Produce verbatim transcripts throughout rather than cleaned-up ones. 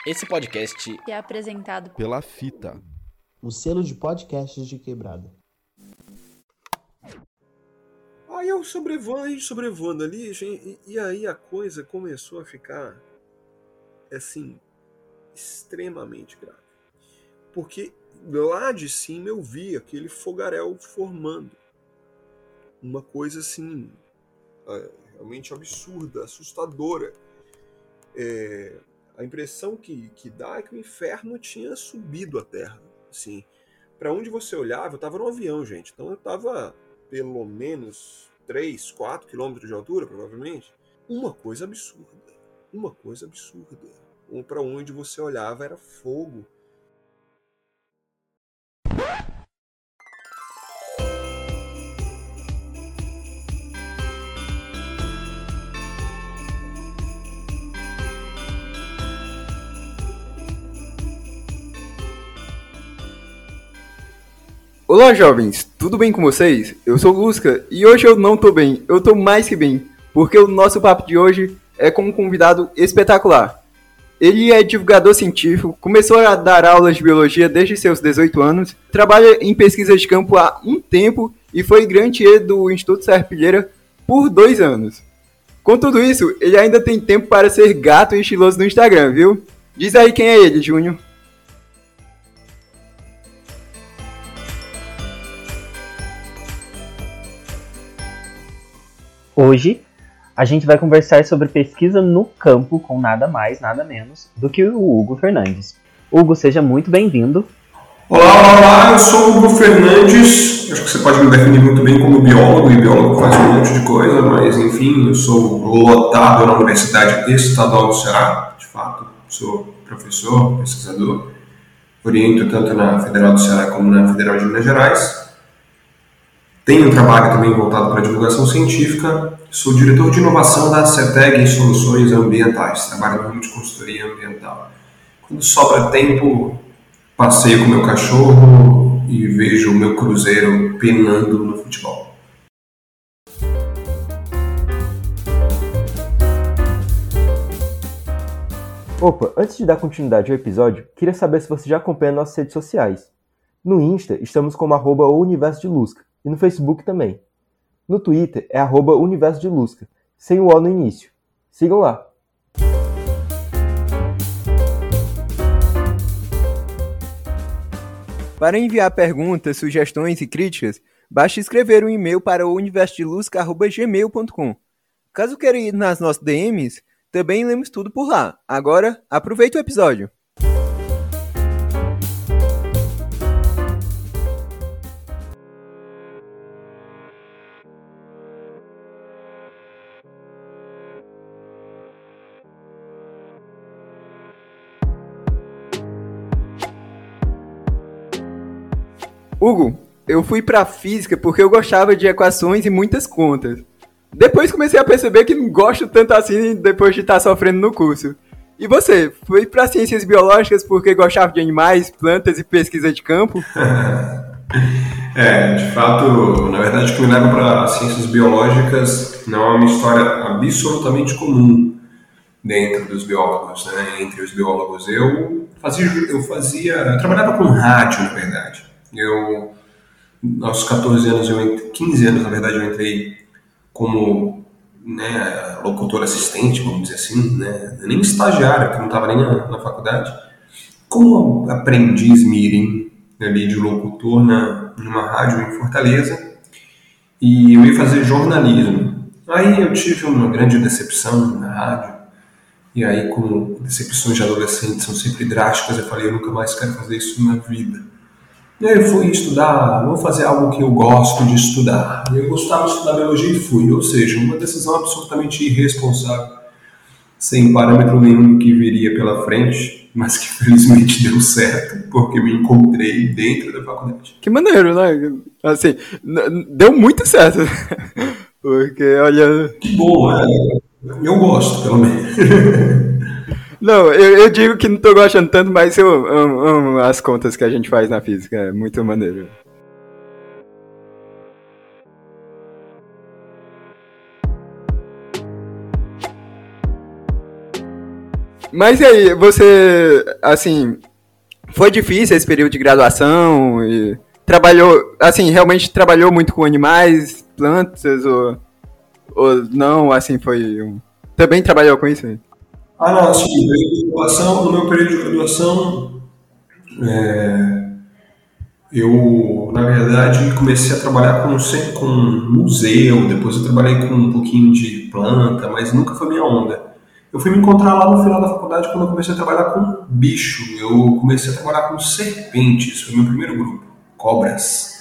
Esse podcast é apresentado pela Fita, o selo de podcasts de Quebrada. Aí eu sobrevoando, aí sobrevoando ali, gente, e, e aí a coisa começou a ficar, assim, extremamente grave. Porque lá de cima eu vi aquele fogaréu formando. Uma coisa, assim, realmente absurda, assustadora. É, a impressão que, que dá é que o inferno tinha subido à terra. Assim, para onde você olhava, eu estava no avião, gente. Então eu estava pelo menos três, quatro quilômetros de altura, provavelmente. Uma coisa absurda. Uma coisa absurda. Para onde você olhava era fogo. Olá, jovens, tudo bem com vocês? Eu sou o Lusca e hoje eu não tô bem, eu tô mais que bem, porque o nosso papo de hoje é com um convidado espetacular. Ele é divulgador científico, começou a dar aulas de biologia desde seus dezoito anos, trabalha em pesquisa de campo há um tempo e foi grantier do Instituto Serrapilheira por dois anos. Com tudo isso, ele ainda tem tempo para ser gato e estiloso no Instagram, viu? Diz aí quem é ele, Júnior. Hoje, a gente vai conversar sobre pesquisa no campo com nada mais, nada menos do que o Hugo Fernandes. Hugo, seja muito bem-vindo. Olá, olá, olá, eu sou o Hugo Fernandes. Acho que você pode me definir muito bem como biólogo, e biólogo faz um monte de coisa, mas enfim, eu sou lotado na Universidade Estadual do Ceará. De fato, sou professor, pesquisador, oriento tanto na Federal do Ceará como na Federal de Minas Gerais. Tenho um trabalho também voltado para a divulgação científica. Sou diretor de inovação da CETEG em soluções ambientais. Trabalho no ramo de consultoria ambiental. Quando sobra tempo, passeio com meu cachorro e vejo o meu cruzeiro penando no futebol. Opa, antes de dar continuidade ao episódio, queria saber se você já acompanha nossas redes sociais. No Insta, estamos como arroba o Universo de Lusca. E no Facebook também. No Twitter é arroba Universo de Lusca, sem o O no início. Sigam lá. Para enviar perguntas, sugestões e críticas, basta escrever um e-mail para o universo de lusca arroba gmail ponto com. Caso queira ir nas nossas D Ms, também lemos tudo por lá. Agora, aproveite o episódio. Hugo, eu fui pra física porque eu gostava de equações e muitas contas. Depois comecei a perceber que não gosto tanto assim depois de estar sofrendo no curso. E você, foi pra ciências biológicas porque gostava de animais, plantas e pesquisa de campo? É, de fato, na verdade o que me leva para ciências biológicas não é uma história absolutamente comum dentro dos biólogos, né? Entre os biólogos. Eu fazia, eu fazia, eu trabalhava com rádio, na verdade. Eu, aos catorze anos, eu, quinze anos, na verdade, eu entrei como, né, locutor assistente, vamos dizer assim, né, nem estagiário, porque eu não estava nem na, na faculdade, como aprendiz mirim ali de locutor na, numa rádio em Fortaleza, e eu ia fazer jornalismo. Aí eu tive uma grande decepção na rádio, e aí, como decepções de adolescente são sempre drásticas, eu falei, eu nunca mais quero fazer isso na vida. E aí eu fui estudar, vou fazer algo que eu gosto de estudar. Eu gostava de estudar biologia e fui, ou seja, uma decisão absolutamente irresponsável, sem parâmetro nenhum do que viria pela frente, mas que felizmente deu certo, porque me encontrei dentro da faculdade. Que maneiro, né? Assim, deu muito certo. Porque, olha... Que bom, né? Eu gosto, pelo menos. Não, eu, eu digo que não tô gostando tanto, mas eu amo, amo as contas que a gente faz na física, é muito maneiro. Mas e aí, você, assim, foi difícil esse período de graduação e trabalhou, assim, realmente trabalhou muito com animais, plantas ou, ou não, assim, foi... Um... Também trabalhou com isso? Ah, não, assim, graduação, no meu período de graduação, é, eu, na verdade, comecei a trabalhar com, sempre com museu, depois eu trabalhei com um pouquinho de planta, mas nunca foi minha onda. Eu fui me encontrar lá no final da faculdade quando eu comecei a trabalhar com bicho. Eu comecei a trabalhar com serpentes, foi o meu primeiro grupo, cobras.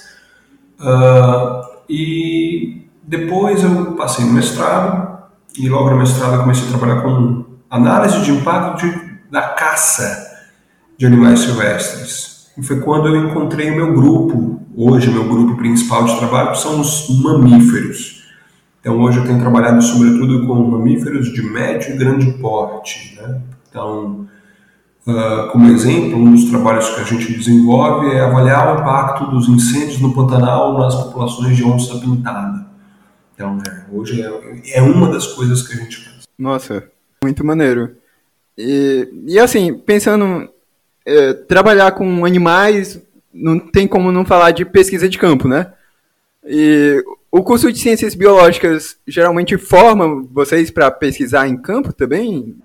Uh, e depois eu passei no mestrado, e logo no mestrado eu comecei a trabalhar com análise de impacto de, da caça de animais silvestres. E foi quando eu encontrei o meu grupo, hoje o meu grupo principal de trabalho, que são os mamíferos. Então hoje eu tenho trabalhado sobretudo com mamíferos de médio e grande porte, né? Então, uh, como exemplo, um dos trabalhos que a gente desenvolve é avaliar o impacto dos incêndios no Pantanal nas populações de onça pintada. Então, é, hoje é, é uma das coisas que a gente faz. Nossa, muito maneiro. E, e assim, pensando, é, trabalhar com animais, não tem como não falar de pesquisa de campo, né? E o curso de Ciências Biológicas geralmente forma vocês para pesquisar em campo também?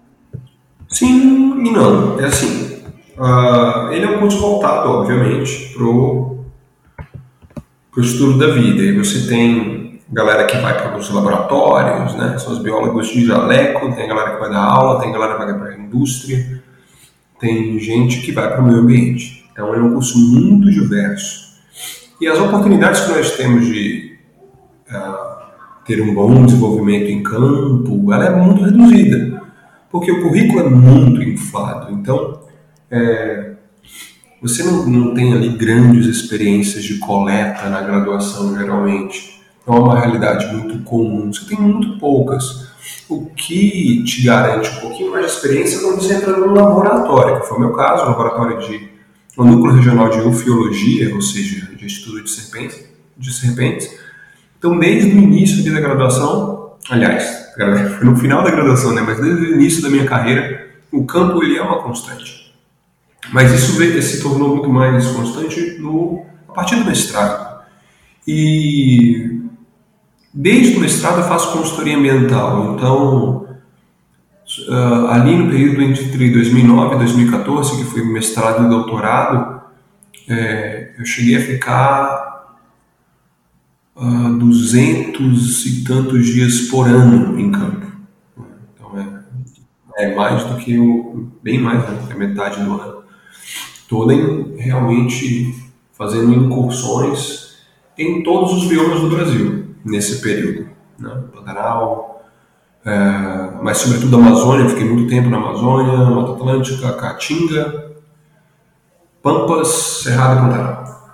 Sim e não. É assim, uh, ele é um curso voltado, obviamente, para o estudo da vida. E você tem galera que vai para os laboratórios, né? São os biólogos de jaleco, tem a galera que vai dar aula, tem a galera que vai para a indústria, tem gente que vai para o meio ambiente. Então é um curso muito diverso. E as oportunidades que nós temos de uh, ter um bom desenvolvimento em campo, ela é muito reduzida, porque o currículo é muito inflado. Então, é, você não, não tem ali grandes experiências de coleta na graduação, geralmente. Não é uma realidade muito comum, você tem muito poucas. O que te garante um pouquinho mais de experiência é quando você entra num laboratório, que foi o meu caso, um laboratório de no Núcleo Regional de Eufiologia, ou seja, de estudo de serpentes, de serpentes. Então, desde o início da graduação, aliás, foi no final da graduação, né, mas desde o início da minha carreira, o campo ele é uma constante. Mas isso se tornou muito mais constante no, a partir do mestrado. E desde o mestrado eu faço consultoria ambiental, então Uh, ali no período entre dois mil e nove e dois mil e quatorze, que foi mestrado e doutorado, é, eu cheguei a ficar uh, duzentos e tantos dias por ano em campo. Então é, é mais do que o, bem mais, né, que a metade do ano. Toda em, realmente fazendo incursões em todos os biomas do Brasil nesse período, né? Pantanal, É, mas sobretudo a Amazônia, fiquei muito tempo na Amazônia, Mata Atlântica, Caatinga, Pampas, Cerrado e Pantanal.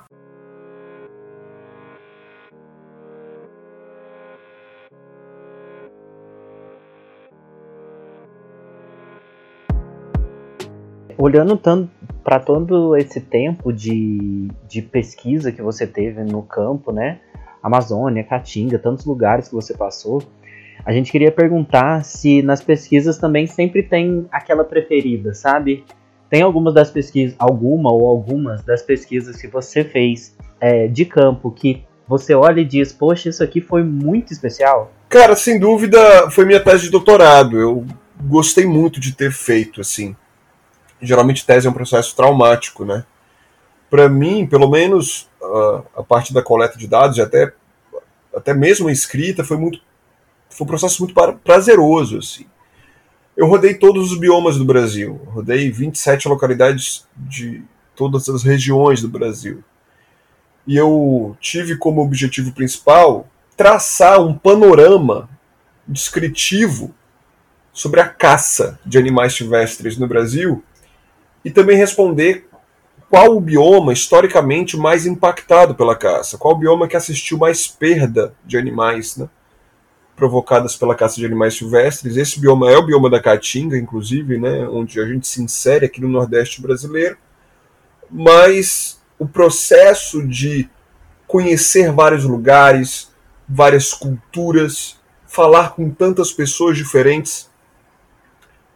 Olhando tanto para todo esse tempo de, de pesquisa que você teve no campo, né? Amazônia, Caatinga, tantos lugares que você passou, a gente queria perguntar se nas pesquisas também sempre tem aquela preferida, sabe? Tem algumas das pesquisas, alguma ou algumas das pesquisas que você fez é, de campo que você olha e diz, poxa, isso aqui foi muito especial? Cara, sem dúvida foi minha tese de doutorado. Eu gostei muito de ter feito, assim. Geralmente tese é um processo traumático, né? Para mim, pelo menos, a, a parte da coleta de dados e até, até mesmo a escrita foi muito Foi um processo muito prazeroso, assim. Eu rodei todos os biomas do Brasil. Rodei vinte e sete localidades de todas as regiões do Brasil. E eu tive como objetivo principal traçar um panorama descritivo sobre a caça de animais silvestres no Brasil e também responder qual o bioma historicamente mais impactado pela caça, qual o bioma que assistiu mais perda de animais, né, provocadas pela caça de animais silvestres. Esse bioma é o bioma da Caatinga, inclusive, né, onde a gente se insere aqui no Nordeste brasileiro, mas o processo de conhecer vários lugares, várias culturas, falar com tantas pessoas diferentes,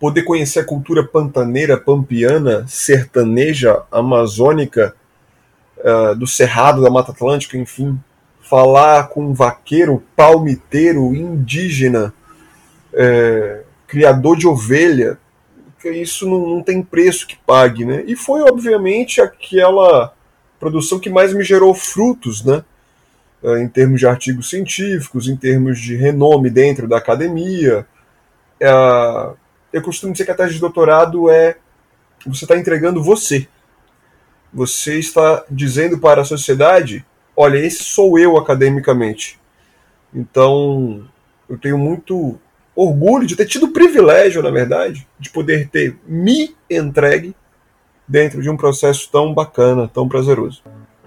poder conhecer a cultura pantaneira, pampiana, sertaneja, amazônica, uh, do Cerrado, da Mata Atlântica, enfim, falar com um vaqueiro, palmiteiro, indígena, é, criador de ovelha, que isso não, não tem preço que pague, né? E foi, obviamente, aquela produção que mais me gerou frutos, né? Em termos de artigos científicos, em termos de renome dentro da academia. É, eu costumo dizer que a tese de doutorado é você está entregando você. Você está dizendo para a sociedade, olha, esse sou eu academicamente. Então, eu tenho muito orgulho de ter tido o privilégio, na verdade, de poder ter me entregue dentro de um processo tão bacana, tão prazeroso.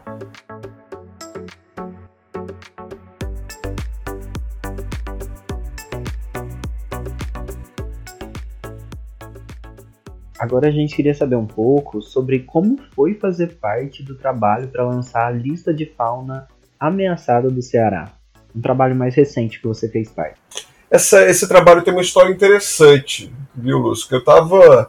Agora a gente queria saber um pouco sobre como foi fazer parte do trabalho para lançar a lista de fauna ameaçada do Ceará. Um trabalho mais recente que você fez parte. Essa, esse trabalho tem uma história interessante, viu, Lúcio? Eu estava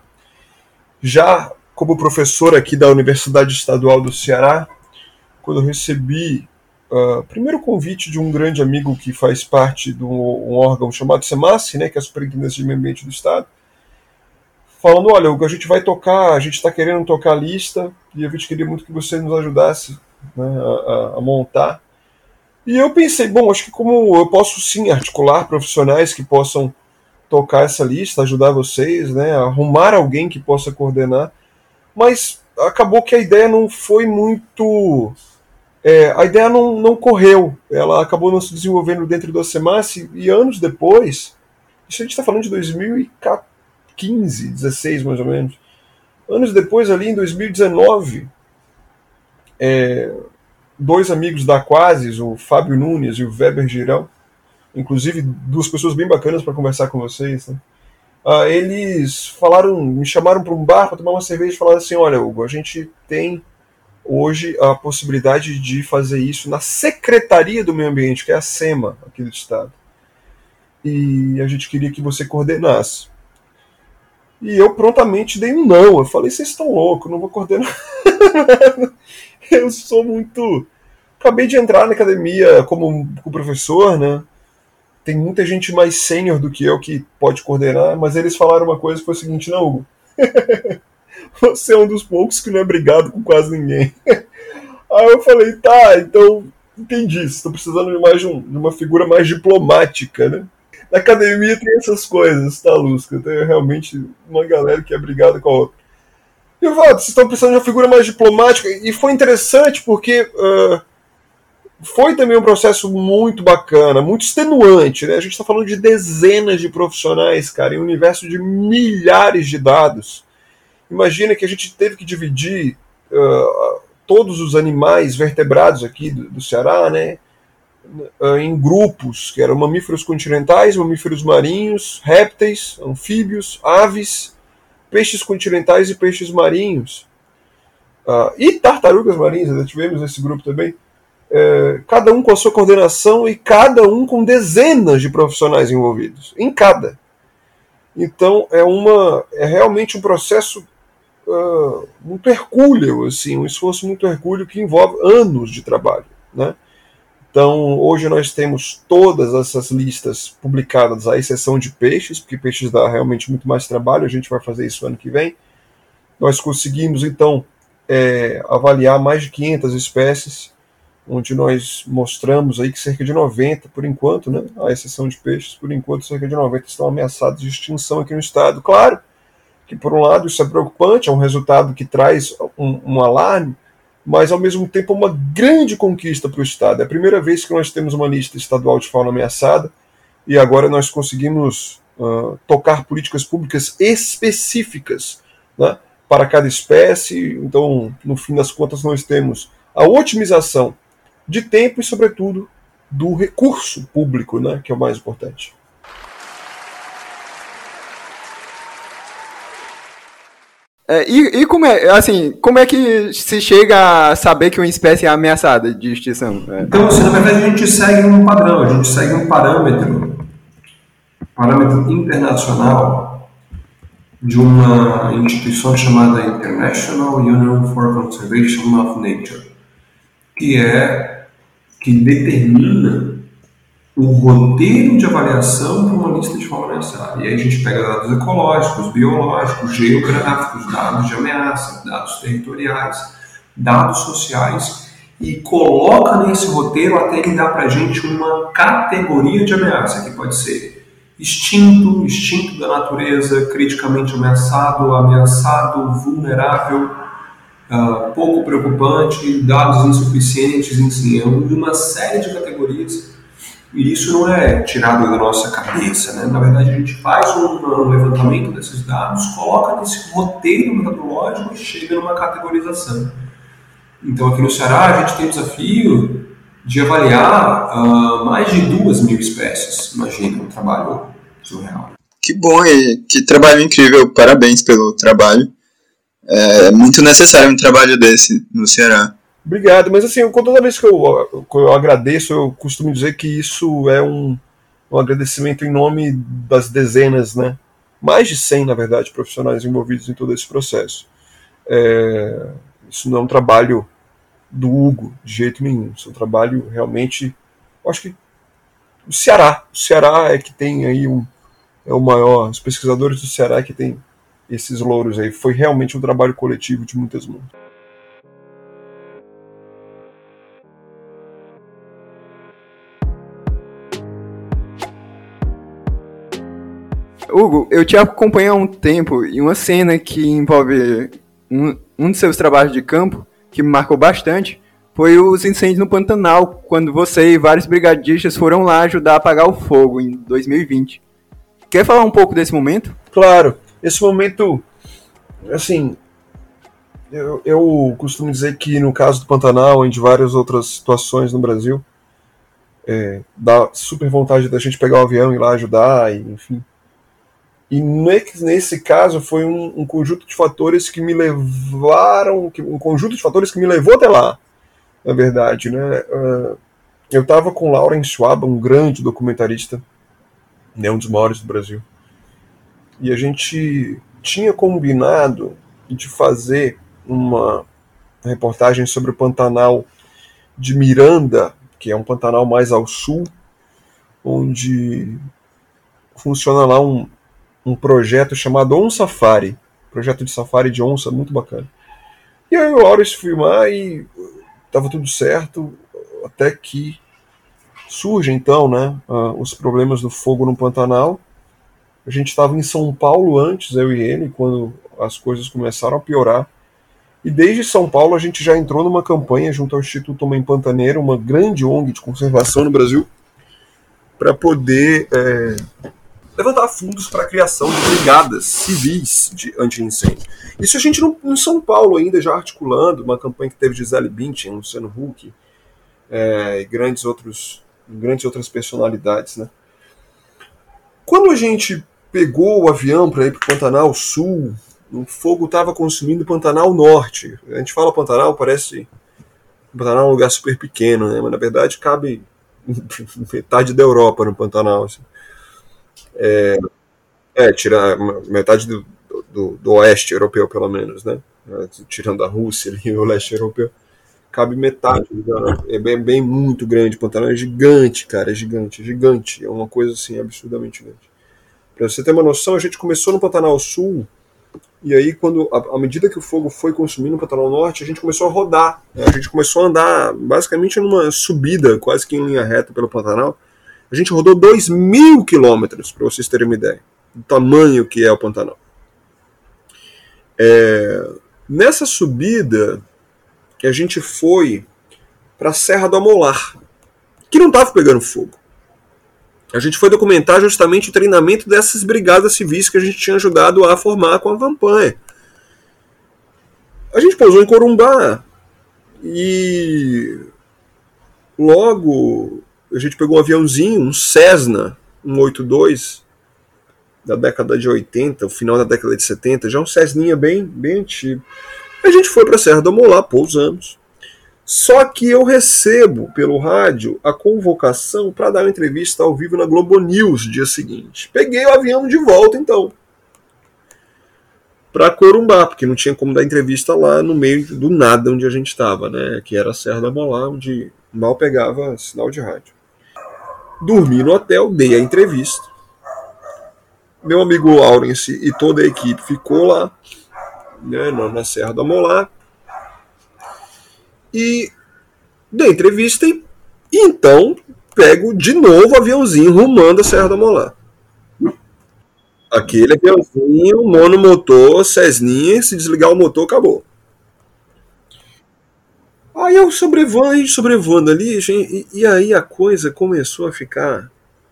já como professor aqui da Universidade Estadual do Ceará, quando eu recebi o uh, primeiro convite de um grande amigo que faz parte de um, um órgão chamado SEMASSE, né, que é a Superintendência de Meio Ambiente do Estado, falando, olha, a gente vai tocar, a gente está querendo tocar a lista, e a gente queria muito que você nos ajudasse, né, a, a montar. E eu pensei, bom, acho que como eu posso sim articular profissionais que possam tocar essa lista, ajudar vocês, né, arrumar alguém que possa coordenar, mas acabou que a ideia não foi muito... É, a ideia não, não correu, ela acabou não se desenvolvendo dentro do SEMASSE, e anos depois, isso a gente está falando de dois mil e quinze, dezesseis mais ou menos, anos depois, ali em dois mil e dezenove, é, dois amigos da Quasis, o Fábio Nunes e o Weber Girão, inclusive duas pessoas bem bacanas para conversar com vocês, né? Ah, eles falaram, me chamaram para um bar para tomar uma cerveja e falaram assim, olha, Hugo, a gente tem hoje a possibilidade de fazer isso na Secretaria do Meio Ambiente, que é a SEMA aqui do estado, e a gente queria que você coordenasse. E eu prontamente dei um não. Eu falei, vocês estão loucos, não vou coordenar. Eu sou muito... Acabei de entrar na academia como, como professor, né? Tem muita gente mais sênior do que eu que pode coordenar, mas eles falaram uma coisa que foi o seguinte, não, Hugo, você é um dos poucos que não é brigado com quase ninguém. Aí eu falei, tá, então entendi, estou precisando de, mais de, um, de uma figura mais diplomática, né? Na academia tem essas coisas, tá, Lusca? Tem realmente uma galera que é brigada com a outra. E eu falei, vocês estão precisando de uma figura mais diplomática. E foi interessante porque uh, foi também um processo muito bacana, muito extenuante, né? A gente está falando de dezenas de profissionais, cara, em um universo de milhares de dados. Imagina que a gente teve que dividir uh, todos os animais vertebrados aqui do, do Ceará, né? Em grupos, que eram mamíferos continentais, mamíferos marinhos, répteis, anfíbios, aves, peixes continentais e peixes marinhos. Uh, e tartarugas marinhas, nós tivemos esse grupo também. É, cada um com a sua coordenação e cada um com dezenas de profissionais envolvidos, em cada. Então é, uma, é realmente um processo uh, muito hercúleo, assim, um esforço muito hercúleo que envolve anos de trabalho, né? Então, hoje nós temos todas essas listas publicadas, à exceção de peixes, porque peixes dá realmente muito mais trabalho, a gente vai fazer isso ano que vem. Nós conseguimos, então, é, avaliar mais de quinhentas espécies, onde nós mostramos aí que cerca de noventa, por enquanto, né, à exceção de peixes, por enquanto cerca de noventa estão ameaçados de extinção aqui no estado. Claro que, por um lado, isso é preocupante, é um resultado que traz um, um alarme, mas ao mesmo tempo uma grande conquista para o estado. É a primeira vez que nós temos uma lista estadual de fauna ameaçada e agora nós conseguimos uh, tocar políticas públicas específicas, né, para cada espécie. Então, no fim das contas, nós temos a otimização de tempo e, sobretudo, do recurso público, né, que é o mais importante. É, e, e como é, assim, como é que se chega a saber que uma espécie é ameaçada de extinção? É. Então, assim, na verdade, a gente segue um padrão, a gente segue um parâmetro, parâmetro internacional, de uma instituição chamada International Union for Conservation of Nature, que é que determina o roteiro de avaliação para uma lista de fauna ameaçada. E aí a gente pega dados ecológicos, biológicos, geográficos, dados de ameaça, dados territoriais, dados sociais e coloca nesse roteiro até ele dar para a gente uma categoria de ameaça, que pode ser extinto, extinto da natureza, criticamente ameaçado, ameaçado, vulnerável, uh, pouco preocupante, dados insuficientes, enfim, é uma série de categorias. E isso não é tirado da nossa cabeça, né? Na verdade, a gente faz um, um levantamento desses dados, coloca nesse roteiro metodológico e chega numa categorização. Então, aqui no Ceará, a gente tem o desafio de avaliar uh, mais de duas mil espécies. Imagina, um trabalho surreal. Que bom e que trabalho incrível. Parabéns pelo trabalho. É muito necessário um trabalho desse no Ceará. Obrigado, mas assim, toda vez que eu, que eu agradeço, eu costumo dizer que isso é um, um agradecimento em nome das dezenas, né? Mais de cem, na verdade, profissionais envolvidos em todo esse processo. É, isso não é um trabalho do Hugo, de jeito nenhum. Isso é um trabalho realmente, eu acho que o Ceará. O Ceará é que tem aí um, é o maior, os pesquisadores do Ceará é que tem esses louros aí. Foi realmente um trabalho coletivo de muitas mãos. Hugo, eu te acompanho há um tempo e uma cena que envolve um, um dos seus trabalhos de campo, que me marcou bastante, foi os incêndios no Pantanal, quando você e vários brigadistas foram lá ajudar a apagar o fogo em dois mil e vinte. Quer falar um pouco desse momento? Claro, esse momento, assim, eu, eu costumo dizer que no caso do Pantanal e de várias outras situações no Brasil, é, dá super vontade da gente pegar o avião e ir lá ajudar, e, enfim. E nesse caso foi um, um conjunto de fatores que me levaram, um conjunto de fatores que me levou até lá, na verdade, né? Uh, eu estava com Lawrence Schwab, um grande documentarista, né, um dos maiores do Brasil, e a gente tinha combinado de fazer uma reportagem sobre o Pantanal de Miranda, que é um Pantanal mais ao sul, onde funciona lá um um projeto chamado On Safari, projeto de safari de onça, muito bacana. E aí o Lawrence filmar e estava tudo certo, até que surge então, né, uh, os problemas do fogo no Pantanal. A gente estava em São Paulo antes, eu e ele, quando as coisas começaram a piorar. E desde São Paulo a gente já entrou numa campanha junto ao Instituto Homem Pantaneiro, uma grande O N G de conservação no Brasil, para poder é, levantar fundos para a criação de brigadas civis de anti-incêndio. Isso a gente não, em São Paulo ainda já articulando, uma campanha que teve Gisele Bündchen, Luciano Huck, é, e grandes, outros, grandes outras personalidades, né? Quando a gente pegou o avião para ir para o Pantanal Sul, o fogo estava consumindo o Pantanal Norte. A gente fala Pantanal, parece o Pantanal é um lugar super pequeno, né? Mas na verdade cabe metade da Europa no Pantanal, assim. É, é, tirar metade do, do, do oeste europeu, pelo menos, né? Tirando a Rússia e o leste europeu, cabe metade. É bem, bem muito grande. O Pantanal é gigante, cara, é gigante, é gigante. É uma coisa assim absurdamente grande. Para você ter uma noção, a gente começou no Pantanal Sul, e aí, quando, à medida que o fogo foi consumindo o Pantanal Norte, a gente começou a rodar. Né? A gente começou a andar basicamente numa subida, quase que em linha reta pelo Pantanal. A gente rodou dois mil quilômetros, para vocês terem uma ideia do tamanho que é o Pantanal. É, nessa subida, a gente foi para a Serra do Amolar, que não estava pegando fogo. A gente foi documentar justamente o treinamento dessas brigadas civis que a gente tinha ajudado a formar com a campanha. A gente pousou em Corumbá e logo a gente pegou um aviãozinho, um Cessna cento e oitenta e dois, da década de oitenta, o final da década de setenta, já um Cessninha bem, bem antigo. A gente foi para a Serra do Amolar, pousamos. Só que eu recebo pelo rádio a convocação para dar uma entrevista ao vivo na Globo News no dia seguinte. Peguei o avião de volta, então. para Corumbá, porque não tinha como dar entrevista lá no meio do nada onde a gente estava, né? Que era a Serra da Molá, onde mal pegava sinal de rádio. Dormi no hotel, dei a entrevista. Meu amigo Lawrence e toda a equipe ficou lá, né, na Serra da Molá. E dei entrevista e, e então pego de novo o aviãozinho rumando a Serra da Molá. Aquele aviãozinho, monomotor, Cessninha, se desligar o motor, acabou. Aí eu sobrevoando, a gente sobrevoando ali, e, e aí a coisa começou a ficar,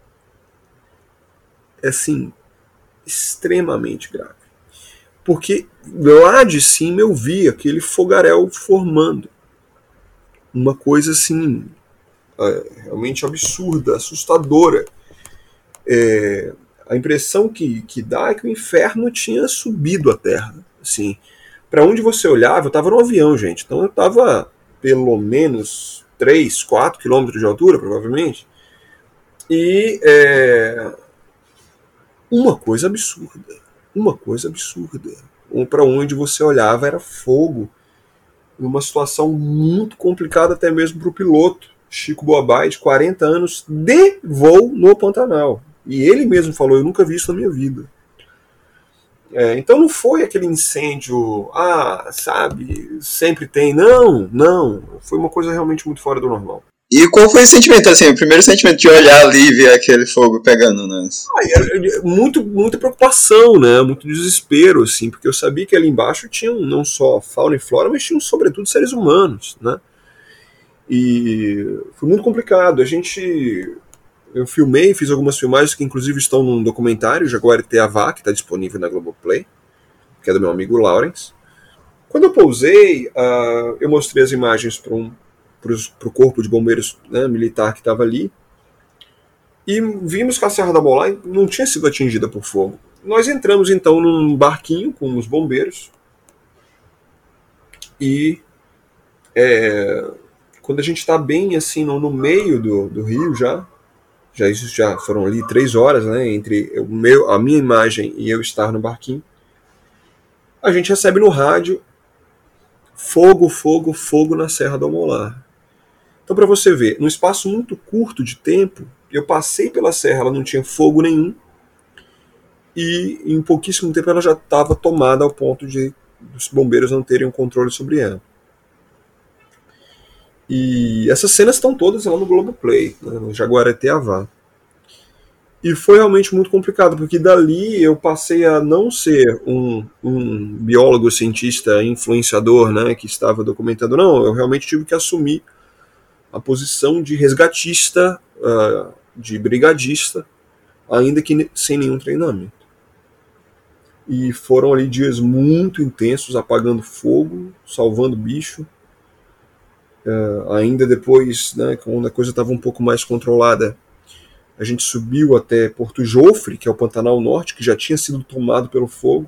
assim, extremamente grave. Porque lá de cima eu vi aquele fogaréu formando. Uma coisa, assim, realmente absurda, assustadora. É... A impressão que, que dá é que o inferno tinha subido à terra. Assim, para onde você olhava, eu estava no avião, gente. Então eu estava pelo menos três, quatro quilômetros de altura, provavelmente. E é, uma coisa absurda. Uma coisa absurda. Para onde você olhava era fogo. Uma situação muito complicada até mesmo para o piloto. Chico Boabay, de quarenta anos, de voo no Pantanal. E ele mesmo falou, eu nunca vi isso na minha vida. É, então não foi aquele incêndio, ah, sabe, sempre tem. Não, não. Foi uma coisa realmente muito fora do normal. E qual foi o sentimento, assim, o primeiro sentimento de olhar ali e ver aquele fogo pegando, né? Ah, muito, muita preocupação, né? Muito desespero, assim, porque eu sabia que ali embaixo tinham não só fauna e flora, mas tinham sobretudo seres humanos, né? E foi muito complicado. A gente... Eu filmei, fiz algumas filmagens que inclusive estão num documentário, Jaguareteavá, que está disponível na Globoplay, que é do meu amigo Lawrence. Quando eu pousei, uh, eu mostrei as imagens para um, o corpo de bombeiros, né, militar que estava ali, e vimos que a Serra da Molá não tinha sido atingida por fogo. Nós entramos então num barquinho com os bombeiros, e é, quando a gente está bem assim no, no meio do, do rio já, Já, isso já foram ali três horas, né, entre o meu, a minha imagem e eu estar no barquinho. A gente recebe no rádio fogo, fogo, fogo na Serra do Molá. Então, para você ver, num espaço muito curto de tempo, eu passei pela serra, ela não tinha fogo nenhum, e em pouquíssimo tempo ela já estava tomada ao ponto de os bombeiros não terem um controle sobre ela. E essas cenas estão todas lá no Globoplay, né, no Jaguareteavá. E foi realmente muito complicado, porque dali eu passei a não ser um, um biólogo, cientista, influenciador, né, que estava documentando. Não, eu realmente tive que assumir a posição de resgatista, uh, de brigadista, ainda que sem nenhum treinamento. E foram ali dias muito intensos, apagando fogo, salvando bicho. Uh, ainda depois, né, quando a coisa estava um pouco mais controlada, a gente subiu até Porto Jofre, que é o Pantanal Norte, que já tinha sido tomado pelo fogo.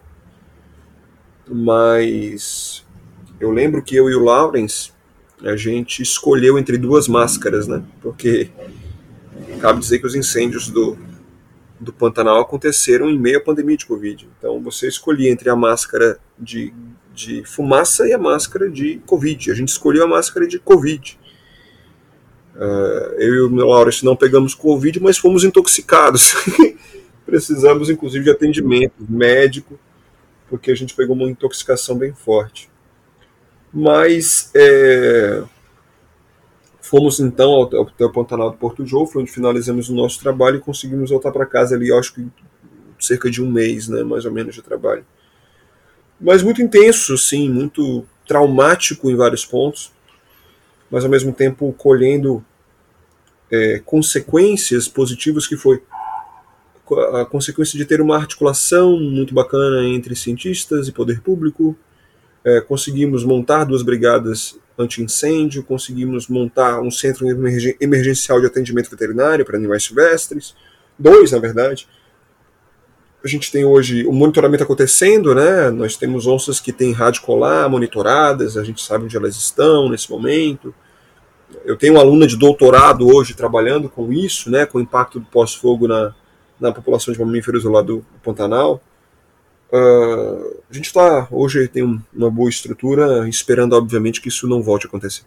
Mas eu lembro que eu e o Lawrence, a gente escolheu entre duas máscaras, né? Porque cabe dizer que os incêndios do, do Pantanal aconteceram em meio à pandemia de Covid. Então você escolhia entre a máscara de, de fumaça e a máscara de Covid. A gente escolheu a máscara de Covid. Uh, eu e o meu Lawrence não pegamos Covid, mas fomos intoxicados. Precisamos, inclusive, de atendimento médico, porque a gente pegou uma intoxicação bem forte. Mas é, fomos então ao, ao, ao Pantanal do Porto Jofre, onde finalizamos o nosso trabalho e conseguimos voltar para casa ali, acho que cerca de um mês, né, mais ou menos, de trabalho. Mas muito intenso, sim, muito traumático em vários pontos, mas ao mesmo tempo colhendo é, consequências positivas, que foi a consequência de ter uma articulação muito bacana entre cientistas e poder público. É, conseguimos montar duas brigadas anti-incêndio, conseguimos montar um centro emergencial de atendimento veterinário para animais silvestres, dois na verdade. A gente tem hoje o monitoramento acontecendo, né? Nós temos onças que têm rádio colar monitoradas, a gente sabe onde elas estão nesse momento. Eu tenho uma aluna de doutorado hoje trabalhando com isso, né? Com o impacto do pós-fogo na, na população de mamíferos lá do Pantanal. Uh, a gente tá, hoje tem um, uma boa estrutura, esperando, obviamente, que isso não volte a acontecer.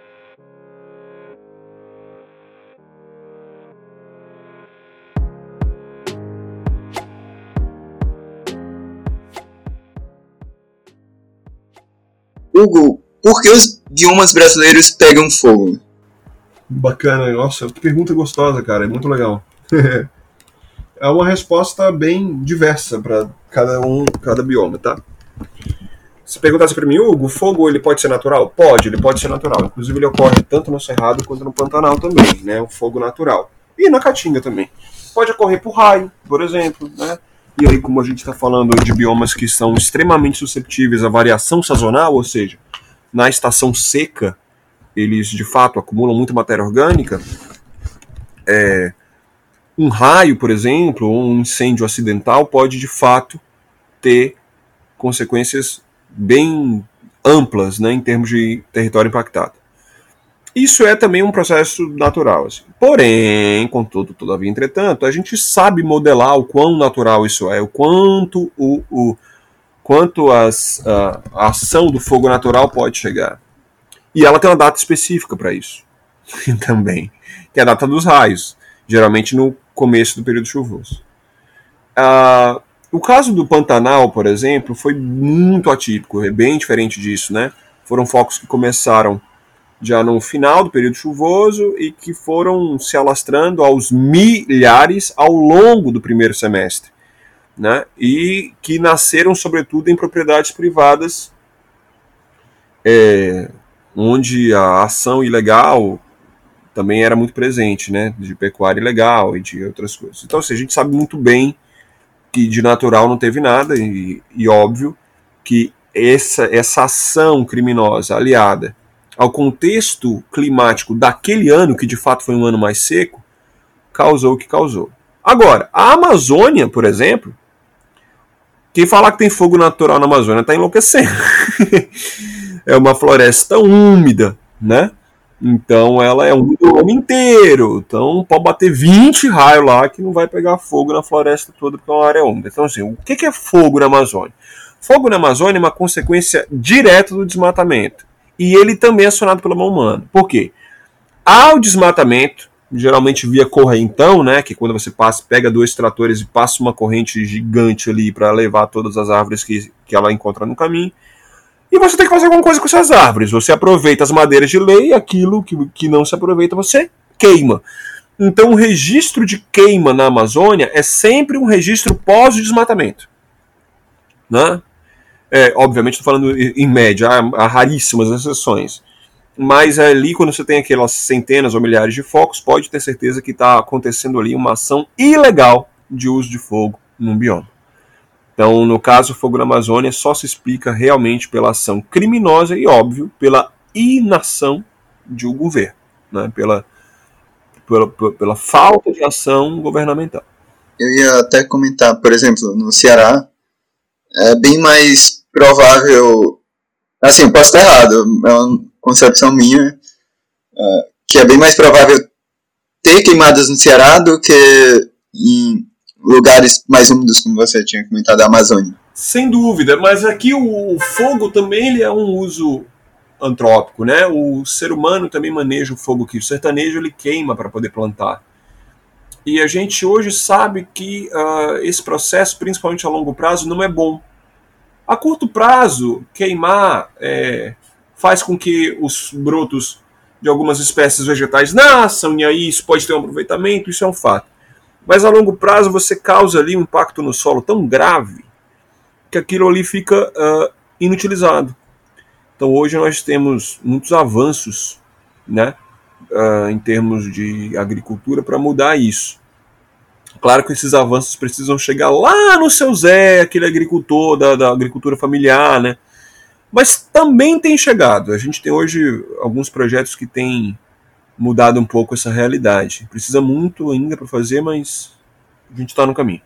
Hugo, por que os biomas brasileiros pegam fogo? Bacana, nossa, que pergunta gostosa, cara, é muito legal. É uma resposta bem diversa para cada um, cada bioma, tá? Se perguntasse para mim, Hugo, o fogo ele pode ser natural? Pode, ele pode ser natural. Inclusive ele ocorre tanto no Cerrado quanto no Pantanal também, né? O fogo natural. E na Caatinga também. Pode ocorrer por raio, por exemplo, né? E aí, como a gente está falando de biomas que são extremamente susceptíveis à variação sazonal, ou seja, na estação seca, eles de fato acumulam muita matéria orgânica, é, um raio, por exemplo, ou um incêndio acidental pode de fato ter consequências bem amplas, né, em termos de território impactado. Isso é também um processo natural. Assim. Porém, contudo, todavia, entretanto, a gente sabe modelar o quão natural isso é, o quanto, o, o, quanto as, a, a ação do fogo natural pode chegar. E ela tem uma data específica para isso também, que é a data dos raios, geralmente no começo do período chuvoso. Ah, o caso do Pantanal, por exemplo, foi muito atípico, é bem diferente disso, né? Foram focos que começaram já no final do período chuvoso e que foram se alastrando aos milhares ao longo do primeiro semestre, né? E que nasceram, sobretudo, em propriedades privadas, é, onde a ação ilegal também era muito presente, né? De pecuária ilegal e de outras coisas. Então, assim, a gente sabe muito bem que de natural não teve nada e, e óbvio, que essa, essa ação criminosa aliada ao contexto climático daquele ano, que de fato foi um ano mais seco, causou o que causou. Agora, a Amazônia, por exemplo, quem falar que tem fogo natural na Amazônia está enlouquecendo. É uma floresta úmida, né? Então ela é úmida o ano inteiro. Então pode bater vinte raios lá que não vai pegar fogo na floresta toda porque é uma área úmida. Então assim, o que é fogo na Amazônia? Fogo na Amazônia é uma consequência direta do desmatamento. E ele também é acionado pela mão humana. Por quê? Há o desmatamento, geralmente via correntão, né? Que quando você passa, pega dois tratores e passa uma corrente gigante ali para levar todas as árvores que, que ela encontra no caminho. E você tem que fazer alguma coisa com essas árvores. Você aproveita as madeiras de lei e aquilo que, que não se aproveita você queima. Então o registro de queima na Amazônia é sempre um registro pós-desmatamento. Né? É, obviamente estou falando em média, há, há raríssimas exceções. Mas ali, quando você tem aquelas centenas ou milhares de focos, pode ter certeza que está acontecendo ali uma ação ilegal de uso de fogo num bioma. Então, no caso, o fogo na Amazônia só se explica realmente pela ação criminosa e, óbvio, pela inação de um governo, né? pela, pela, pela falta de ação governamental. Eu ia até comentar, por exemplo, no Ceará, é bem mais provável, assim, eu posso estar errado, é uma concepção minha, é, que é bem mais provável ter queimadas no Ceará do que em lugares mais úmidos, como você tinha comentado, da Amazônia. Sem dúvida, mas aqui o, o fogo também ele é um uso antrópico, né? O ser humano também maneja o fogo aqui. O sertanejo ele queima para poder plantar. E a gente hoje sabe que uh, esse processo, principalmente a longo prazo, não é bom. A curto prazo, queimar é, faz com que os brotos de algumas espécies vegetais nasçam, e aí isso pode ter um aproveitamento, isso é um fato. Mas a longo prazo você causa ali um impacto no solo tão grave que aquilo ali fica uh, inutilizado. Então hoje nós temos muitos avanços, né, uh, em termos de agricultura para mudar isso. Claro que esses avanços precisam chegar lá no seu Zé, aquele agricultor da, da agricultura familiar, né? Mas também tem chegado. A gente tem hoje alguns projetos que têm mudado um pouco essa realidade. Precisa muito ainda para fazer, mas a gente está no caminho.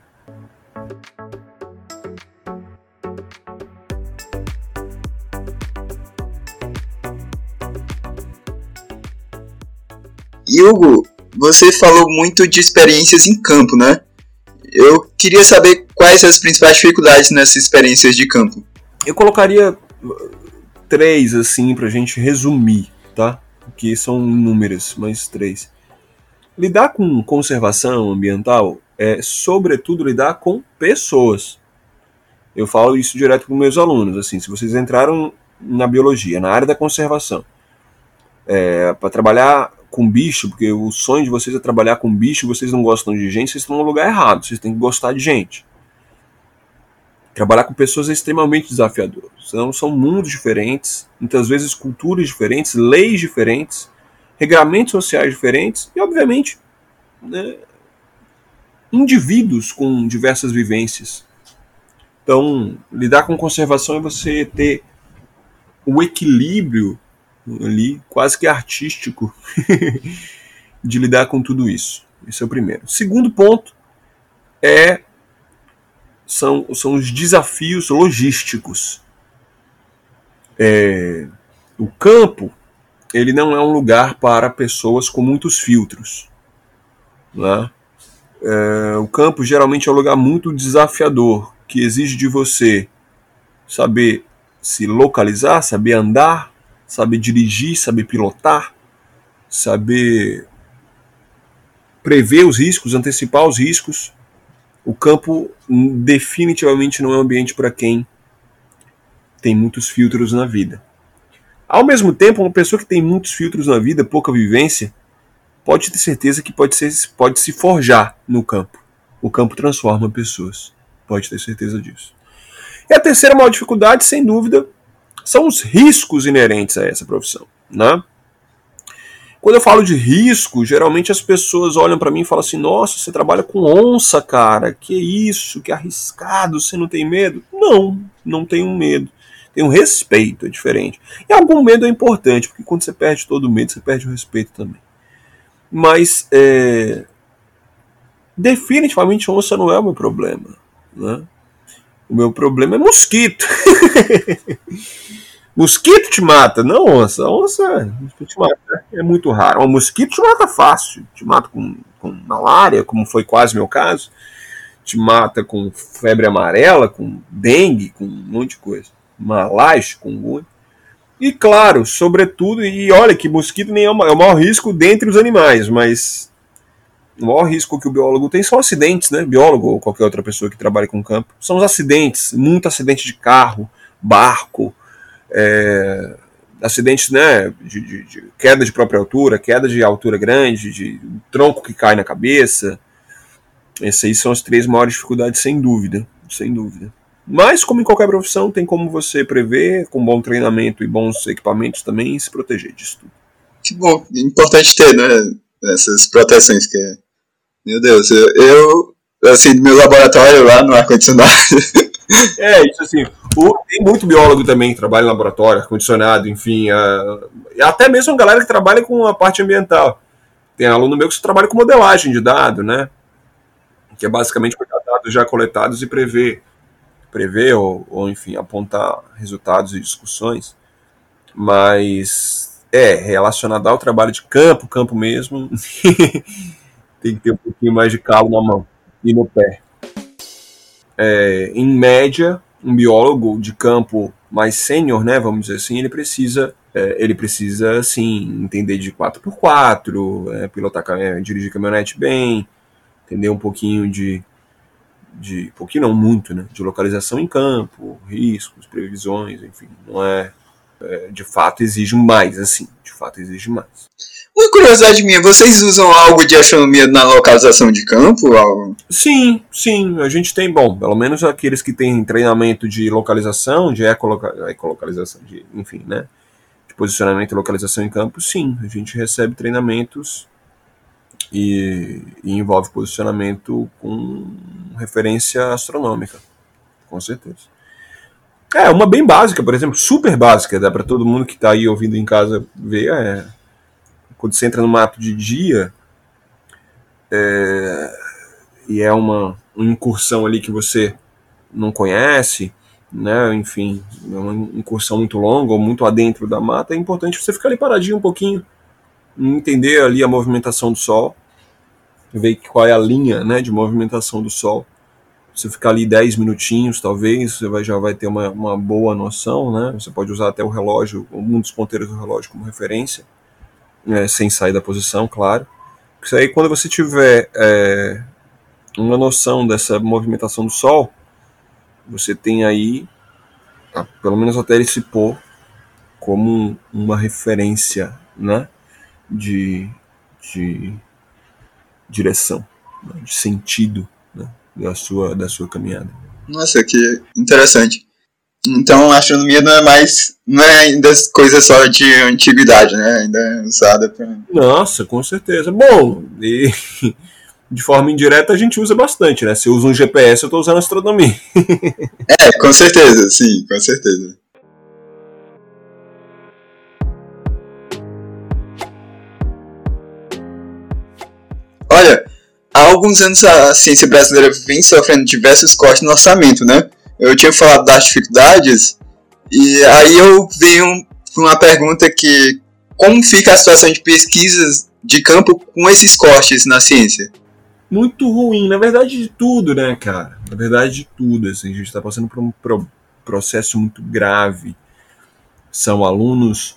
E Hugo, você falou muito de experiências em campo, né? Eu queria saber quais as principais dificuldades nessas experiências de campo? Eu colocaria três, assim, pra gente resumir, tá? Que são inúmeras, mas três. Lidar com conservação ambiental é, sobretudo, lidar com pessoas. Eu falo isso direto para os meus alunos. Assim, se vocês entraram na biologia, na área da conservação, é, para trabalhar com bicho, porque o sonho de vocês é trabalhar com bicho, vocês não gostam de gente, vocês estão no lugar errado, vocês têm que gostar de gente. Trabalhar com pessoas é extremamente desafiador. Então, são mundos diferentes, muitas vezes culturas diferentes, leis diferentes, regramentos sociais diferentes e, obviamente, né, indivíduos com diversas vivências. Então, lidar com conservação é você ter o equilíbrio ali, quase que artístico, de lidar com tudo isso. Esse é o primeiro. O segundo ponto é, são, são os desafios logísticos. É, o campo, ele não é um lugar para pessoas com muitos filtros, né? É, o campo geralmente é um lugar muito desafiador, que exige de você saber se localizar, saber andar, saber dirigir, saber pilotar, saber prever os riscos, antecipar os riscos. O campo definitivamente não é um ambiente para quem tem muitos filtros na vida. Ao mesmo tempo, uma pessoa que tem muitos filtros na vida, pouca vivência, pode ter certeza que pode, ser, pode se forjar no campo. O campo transforma pessoas. Pode ter certeza disso. E a terceira maior dificuldade, sem dúvida, são os riscos inerentes a essa profissão, né? Quando eu falo de risco, geralmente as pessoas olham para mim e falam assim: nossa, você trabalha com onça, cara, que isso, que arriscado, você não tem medo? Não, não tenho medo. Tenho respeito, é diferente. E algum medo é importante, porque quando você perde todo o medo, você perde o respeito também. Mas, é, definitivamente, onça não é o meu problema, né? O meu problema é mosquito. Mosquito te mata, não onça. A onça te mata, é muito raro. Um mosquito te mata fácil. Te mata com, com malária, como foi quase meu caso. Te mata com febre amarela, com dengue, com um monte de coisa. Malária, com e claro, sobretudo, e olha que mosquito nem é o maior risco dentre os animais, mas o maior risco que o biólogo tem são acidentes, né? Biólogo ou qualquer outra pessoa que trabalha com campo. São os acidentes, muito acidente de carro, barco, é, acidentes, né, de, de, de queda de própria altura, queda de altura grande, de tronco que cai na cabeça. Essas aí são as três maiores dificuldades, sem dúvida, sem dúvida. Mas, como em qualquer profissão, tem como você prever, com bom treinamento e bons equipamentos também, se proteger disso tudo. Que bom, importante ter, né, essas proteções, que é... Meu Deus, eu, eu assim, meu laboratório lá no ar-condicionado... É, isso assim, o, tem muito biólogo também que trabalha em laboratório, ar-condicionado, enfim, uh, até mesmo a galera que trabalha com a parte ambiental. Tem aluno meu que trabalha com modelagem de dados, né, que é basicamente pegar dados já coletados e prever, prever ou, ou, enfim, apontar resultados e discussões, mas é, relacionado ao trabalho de campo, campo mesmo, tem que ter um pouquinho mais de calo na mão e no pé. É, em média, um biólogo de campo mais sênior, né, vamos dizer assim, ele precisa, é, ele precisa, sim, entender de quatro por quatro, é, pilotar, é, dirigir caminhonete bem, entender um pouquinho de, de, pouquinho não, muito, né, de localização em campo, riscos, previsões, enfim, não é, é de fato exige mais, assim, de fato exige mais. Uma curiosidade minha, vocês usam algo de astronomia na localização de campo? Algo? Sim, sim, a gente tem, bom, pelo menos aqueles que têm treinamento de localização, de ecoloca- ecolocalização, de, enfim, né, de posicionamento e localização em campo, sim, a gente recebe treinamentos e, e envolve posicionamento com referência astronômica, com certeza. É, uma bem básica, por exemplo, super básica, dá para todo mundo que está aí ouvindo em casa ver, é... Quando você entra no mato de dia, é, e é uma, uma incursão ali que você não conhece, né, enfim, é uma incursão muito longa ou muito adentro da mata, é importante você ficar ali paradinho um pouquinho, entender ali a movimentação do Sol, ver qual é a linha, né, de movimentação do Sol, você ficar ali dez minutinhos, talvez, você vai, já vai ter uma, uma boa noção, né? Você pode usar até o relógio, um dos ponteiros do relógio como referência, né? Sem sair da posição, claro. Isso aí, quando você tiver é, uma noção dessa movimentação do Sol, você tem aí, pelo menos até ele se pôr, como uma referência, né, de, de direção, né, de sentido, né, da sua, da sua caminhada. Nossa, que interessante. Então a astronomia não é mais, não é ainda coisa só de antiguidade, né? Ainda é usada para... Nossa, com certeza. Bom, e de forma indireta a gente usa bastante, né? Se eu uso um G P S, eu estou usando astronomia. É, com certeza, sim, com certeza. Olha, há alguns anos a ciência brasileira vem sofrendo diversos cortes no orçamento, né? Eu tinha falado das dificuldades, e aí eu venho com uma pergunta que... Como fica a situação de pesquisas de campo com esses cortes na ciência? Muito ruim, na verdade de tudo, né, cara? Na verdade de tudo, assim, a gente está passando por um pro- processo muito grave. São alunos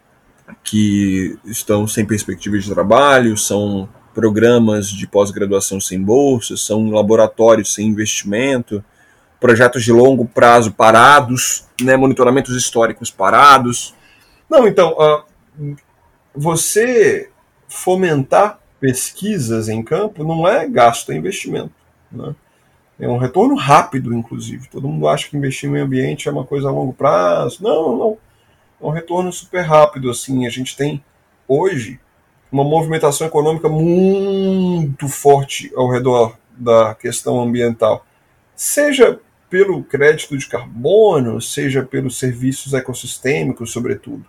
que estão sem perspectiva de trabalho, são programas de pós-graduação sem bolsa, são laboratórios sem investimento, projetos de longo prazo parados, né, monitoramentos históricos parados. Não, então, uh, você fomentar pesquisas em campo não é gasto, é investimento, né? É um retorno rápido, inclusive. Todo mundo acha que investir no meio ambiente é uma coisa a longo prazo. Não, não. É um retorno super rápido. Assim, a gente tem, hoje, uma movimentação econômica muito forte ao redor da questão ambiental. Seja pelo crédito de carbono, seja pelos serviços ecossistêmicos, sobretudo.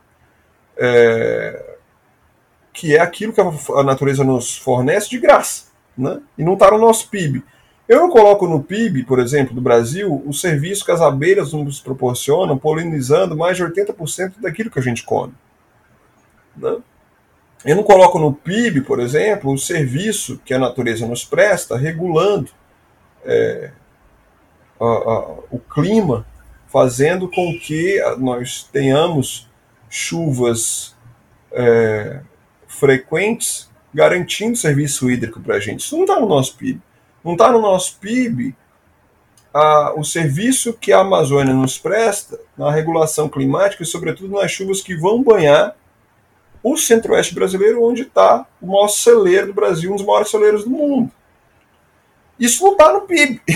É... que é aquilo que a natureza nos fornece de graça, né? E não está no nosso P I B. Eu não coloco no P I B, por exemplo, do Brasil, o serviço que as abelhas nos proporcionam, polinizando mais de oitenta por cento daquilo que a gente come, né? Eu não coloco no P I B, por exemplo, o serviço que a natureza nos presta, regulando é, a, a, o clima, fazendo com que nós tenhamos chuvas é, frequentes, garantindo serviço hídrico para a gente. Isso não está no nosso P I B. Não está no nosso P I B a, o serviço que a Amazônia nos presta na regulação climática e, sobretudo, nas chuvas que vão banhar o centro-oeste brasileiro, onde está o maior celeiro do Brasil, um dos maiores celeiros do mundo. Isso não está no P I B.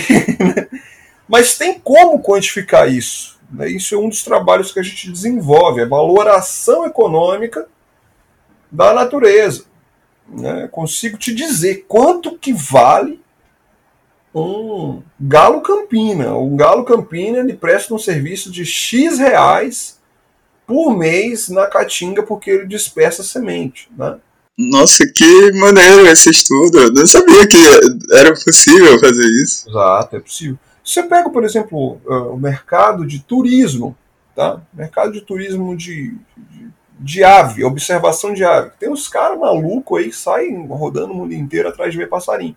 Mas tem como quantificar isso, né? Isso é um dos trabalhos que a gente desenvolve, a valoração econômica da natureza, né? Consigo te dizer quanto que vale um galo campina. Um galo campina, ele presta um serviço de X reais por mês na caatinga porque ele dispersa semente, né? Nossa, que maneiro esse estudo. Eu não sabia que era possível fazer isso. Exato, é possível. Você pega, por exemplo, o mercado de turismo, tá? Mercado de turismo de, de, de ave, observação de ave. Tem uns caras malucos aí que saem rodando o mundo inteiro atrás de ver passarinho.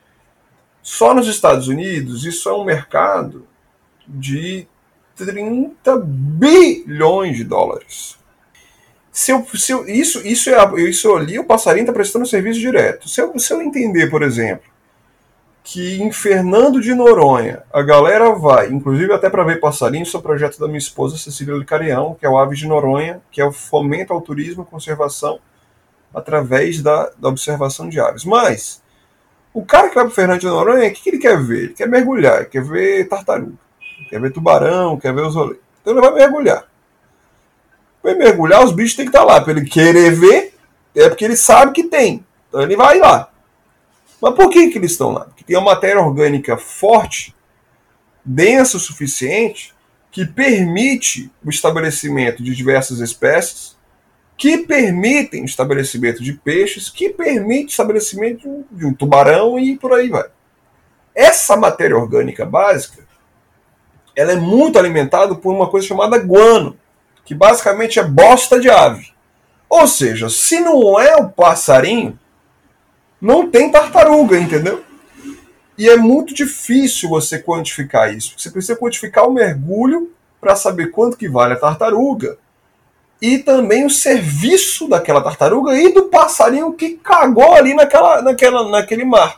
Só nos Estados Unidos, isso é um mercado de trinta bilhões de dólares. Se eu, se eu, isso, isso, é, isso ali, o passarinho está prestando serviço direto. Se eu, se eu entender, por exemplo, que em Fernando de Noronha a galera vai, inclusive até para ver passarinho, isso é o projeto da minha esposa Cecília Licarião, que é o Aves de Noronha, que é o fomento ao turismo e conservação através da, da observação de aves. Mas o cara que vai para Fernando de Noronha, o que, que ele quer ver? Ele quer mergulhar, ele quer ver tartaruga, quer ver tubarão, quer ver os olhos. Então ele vai mergulhar. Para mergulhar, os bichos têm que estar lá. Para ele querer ver, é porque ele sabe que tem. Então ele vai lá. Mas por que, que eles estão lá? Porque tem uma matéria orgânica forte, densa o suficiente, que permite o estabelecimento de diversas espécies, que permitem o estabelecimento de peixes, que permite o estabelecimento de um tubarão e por aí vai. Essa matéria orgânica básica, ela é muito alimentada por uma coisa chamada guano, que basicamente é bosta de ave. Ou seja, se não é o passarinho, não tem tartaruga, entendeu? E é muito difícil você quantificar isso. Você precisa quantificar o mergulho para saber quanto que vale a tartaruga e também o serviço daquela tartaruga e do passarinho que cagou ali naquela, naquela, naquele mar.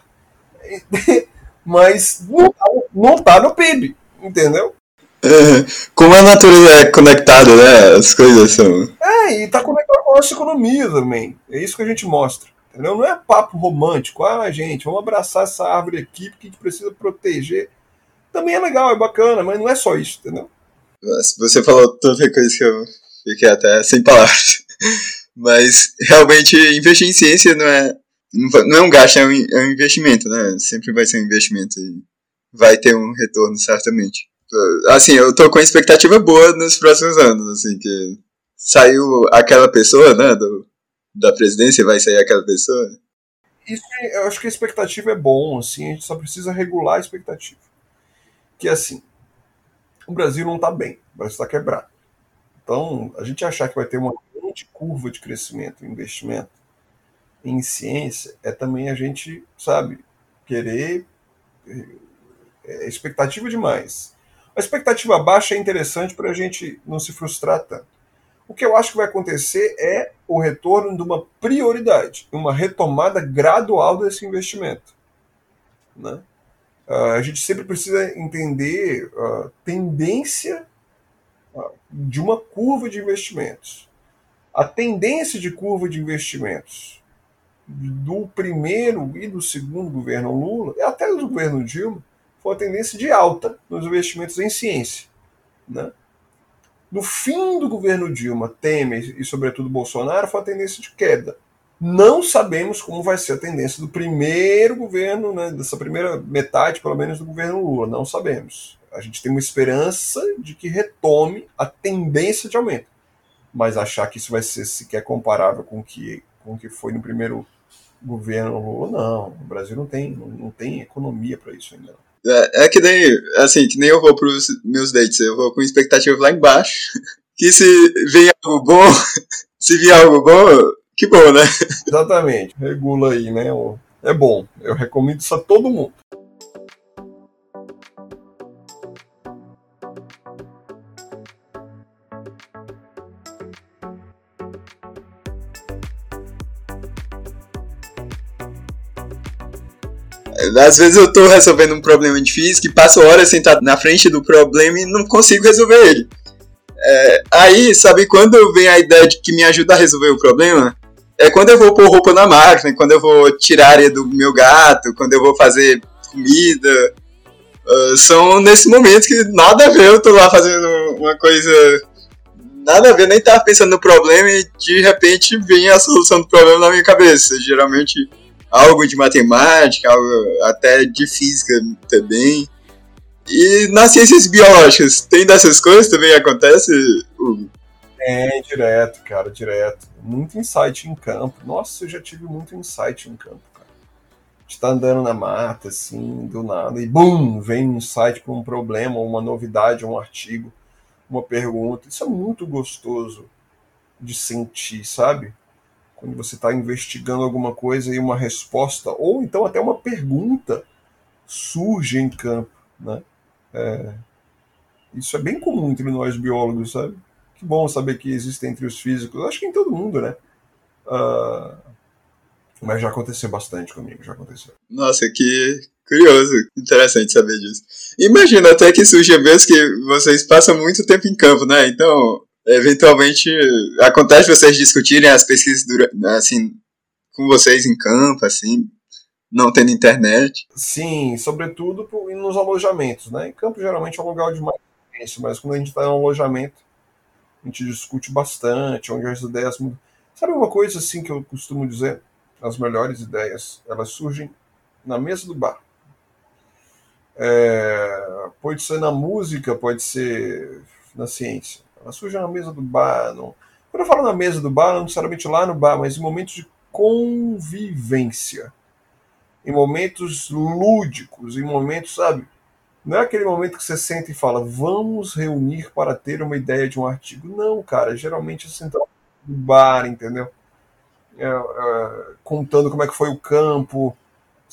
Mas não, não tá no P I B, entendeu? É, como a natureza é conectada, né? As coisas são... É, e tá conectado com a nossa economia também. É isso que a gente mostra. Entendeu? Não é papo romântico. Ah, gente, vamos abraçar essa árvore aqui porque a gente precisa proteger. Também é legal, é bacana, mas não é só isso, entendeu? Você falou tanta coisa que eu fiquei até sem palavras. Mas, realmente, investir em ciência não é, não é um gasto, é um, é um investimento, né? Sempre vai ser um investimento e vai ter um retorno, certamente. Assim, eu tô com expectativa boa nos próximos anos, assim, que saiu aquela pessoa, né, do, da presidência, vai sair aquela pessoa. Isso, eu acho que a expectativa é bom, assim, a gente só precisa regular a expectativa. Que, assim, o Brasil não tá bem, o Brasil tá quebrado. Então, a gente achar que vai ter uma grande curva de crescimento e investimento em ciência é também a gente, sabe, querer... É expectativa demais. A expectativa baixa é interessante para a gente não se frustrar tanto. O que eu acho que vai acontecer é o retorno de uma prioridade, uma retomada gradual desse investimento. Né? Uh, a gente sempre precisa entender a tendência uh, de uma curva de investimentos. A tendência de curva de investimentos do primeiro e do segundo governo Lula, e até do governo Dilma, foi uma tendência de alta nos investimentos em ciência. Né? No fim do governo Dilma, Temer e, sobretudo, Bolsonaro, foi uma tendência de queda. Não sabemos como vai ser a tendência do primeiro governo, né, dessa primeira metade, pelo menos, do governo Lula. Não sabemos. A gente tem uma esperança de que retome a tendência de aumento. Mas achar que isso vai ser sequer comparável com o que, com o que foi no primeiro governo Lula, não. O Brasil não tem, não, não tem economia para isso ainda. É, é que nem, assim, que nem eu vou pros meus dates, eu vou com expectativa lá embaixo, que se vem algo bom, se vier algo bom, que bom, né? Exatamente, regula aí, né? É bom, eu recomendo isso a todo mundo. Às vezes eu tô resolvendo um problema de física e passo horas sentado na frente do problema e não consigo resolver ele. É, aí, sabe, quando vem a ideia de que me ajuda a resolver o problema, é quando eu vou pôr roupa na máquina, quando eu vou tirar a areia do meu gato, quando eu vou fazer comida. Uh, são nesses momentos que nada a ver, eu tô lá fazendo uma coisa... Nada a ver, nem tava pensando no problema e de repente vem a solução do problema na minha cabeça. Geralmente... algo de matemática, algo até de física também. E nas ciências biológicas, tem dessas coisas também acontece, Hugo? É, direto, cara, direto. Muito insight em campo. Nossa, eu já tive muito insight em campo, cara. A gente tá andando na mata, assim, do nada, e bum, vem um insight para um problema, uma novidade, um artigo, uma pergunta. Isso é muito gostoso de sentir, sabe? Quando você está investigando alguma coisa e uma resposta, ou então até uma pergunta, surge em campo. Né? É, isso é bem comum entre nós biólogos, sabe? Que bom saber que existe entre os físicos. Acho que em todo mundo, né? Uh, mas já aconteceu bastante comigo, já aconteceu. Nossa, que curioso, interessante saber disso. Imagina até que surge mesmo que vocês passam muito tempo em campo, né? Então... eventualmente acontece vocês discutirem as pesquisas assim, com vocês em campo, assim, não tendo internet. Sim, sobretudo nos alojamentos, né? Em campo geralmente é um lugar de mais experiência, mas quando a gente está em um alojamento, a gente discute bastante, onde as ideias mudam. Sabe uma coisa assim que eu costumo dizer? As melhores ideias, elas surgem na mesa do bar. É, pode ser na música, pode ser na ciência. Ela surge na mesa do bar. Não... Quando eu falo na mesa do bar, não necessariamente lá no bar, mas em momentos de convivência. Em momentos lúdicos, em momentos, sabe? Não é aquele momento que você senta e fala, vamos reunir para ter uma ideia de um artigo. Não, cara, geralmente é sentado no bar, entendeu? É, é, contando como é que foi o campo,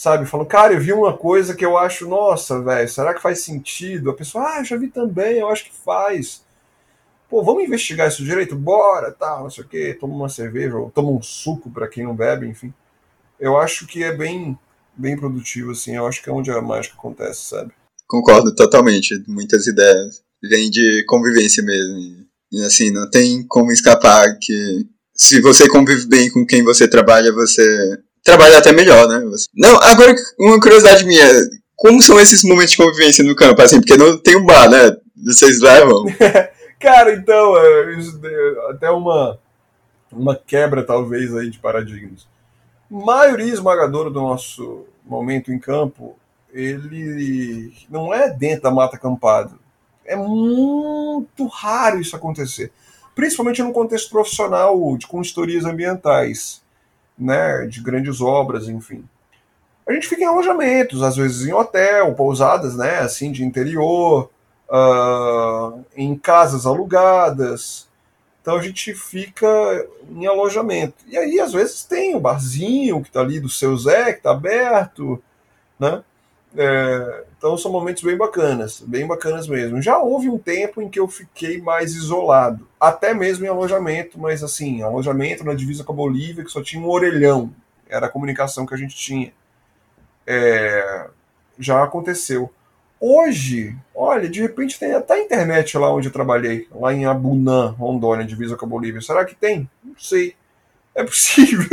sabe? Falando, cara, eu vi uma coisa que eu acho, nossa, velho, será que faz sentido? A pessoa, ah, eu já vi também, eu acho que faz. Pô, vamos investigar isso direito? Bora, tal, não sei o quê, toma uma cerveja, ou toma um suco para quem não bebe, enfim. Eu acho que é bem, bem produtivo, assim, eu acho que é onde a mágica acontece, sabe? Concordo totalmente, muitas ideias vêm de convivência mesmo, e assim, não tem como escapar que se você convive bem com quem você trabalha, você trabalha até melhor, né? Você... Não, agora uma curiosidade minha, como são esses momentos de convivência no campo, assim, porque não tem um bar, né? Vocês levam? Cara, então, é, isso, é, até uma, uma quebra, talvez, aí de paradigmas. A maioria esmagadora do nosso momento em campo, ele não é dentro da mata acampada. É muito raro isso acontecer. Principalmente no contexto profissional de consultorias ambientais, né, de grandes obras, enfim. A gente fica em alojamentos, às vezes em hotel, pousadas, né, assim, de interior, uh, em casas alugadas. Então a gente fica em alojamento. E aí, às vezes, tem o barzinho que está ali do seu Zé, que está aberto, né? É, então são momentos bem bacanas, bem bacanas mesmo. Já houve um tempo em que eu fiquei mais isolado, até mesmo em alojamento, mas assim, alojamento na divisa com a Bolívia, que só tinha um orelhão, era a comunicação que a gente tinha. É, já aconteceu. Hoje, olha, de repente tem até a internet lá onde eu trabalhei, lá em Abunã, Rondônia, divisa com a Bolívia. Será que tem? Não sei. É possível.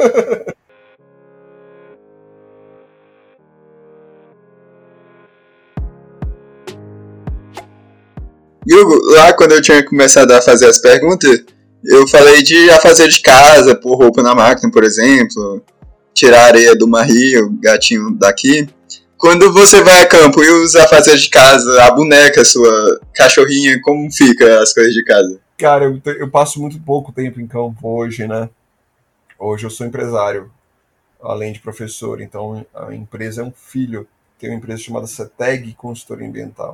Hugo, lá quando eu tinha começado a fazer as perguntas, eu falei de afazer de casa, pôr roupa na máquina, por exemplo, tirar a areia do marrio, o gatinho daqui. Quando você vai a campo e usa afazeres de casa, a boneca, sua cachorrinha, como fica as coisas de casa? Cara, eu, te, eu passo muito pouco tempo em campo hoje, né? Hoje eu sou empresário, além de professor, então a empresa é um filho. Tem uma empresa chamada CETEG Consultoria Ambiental.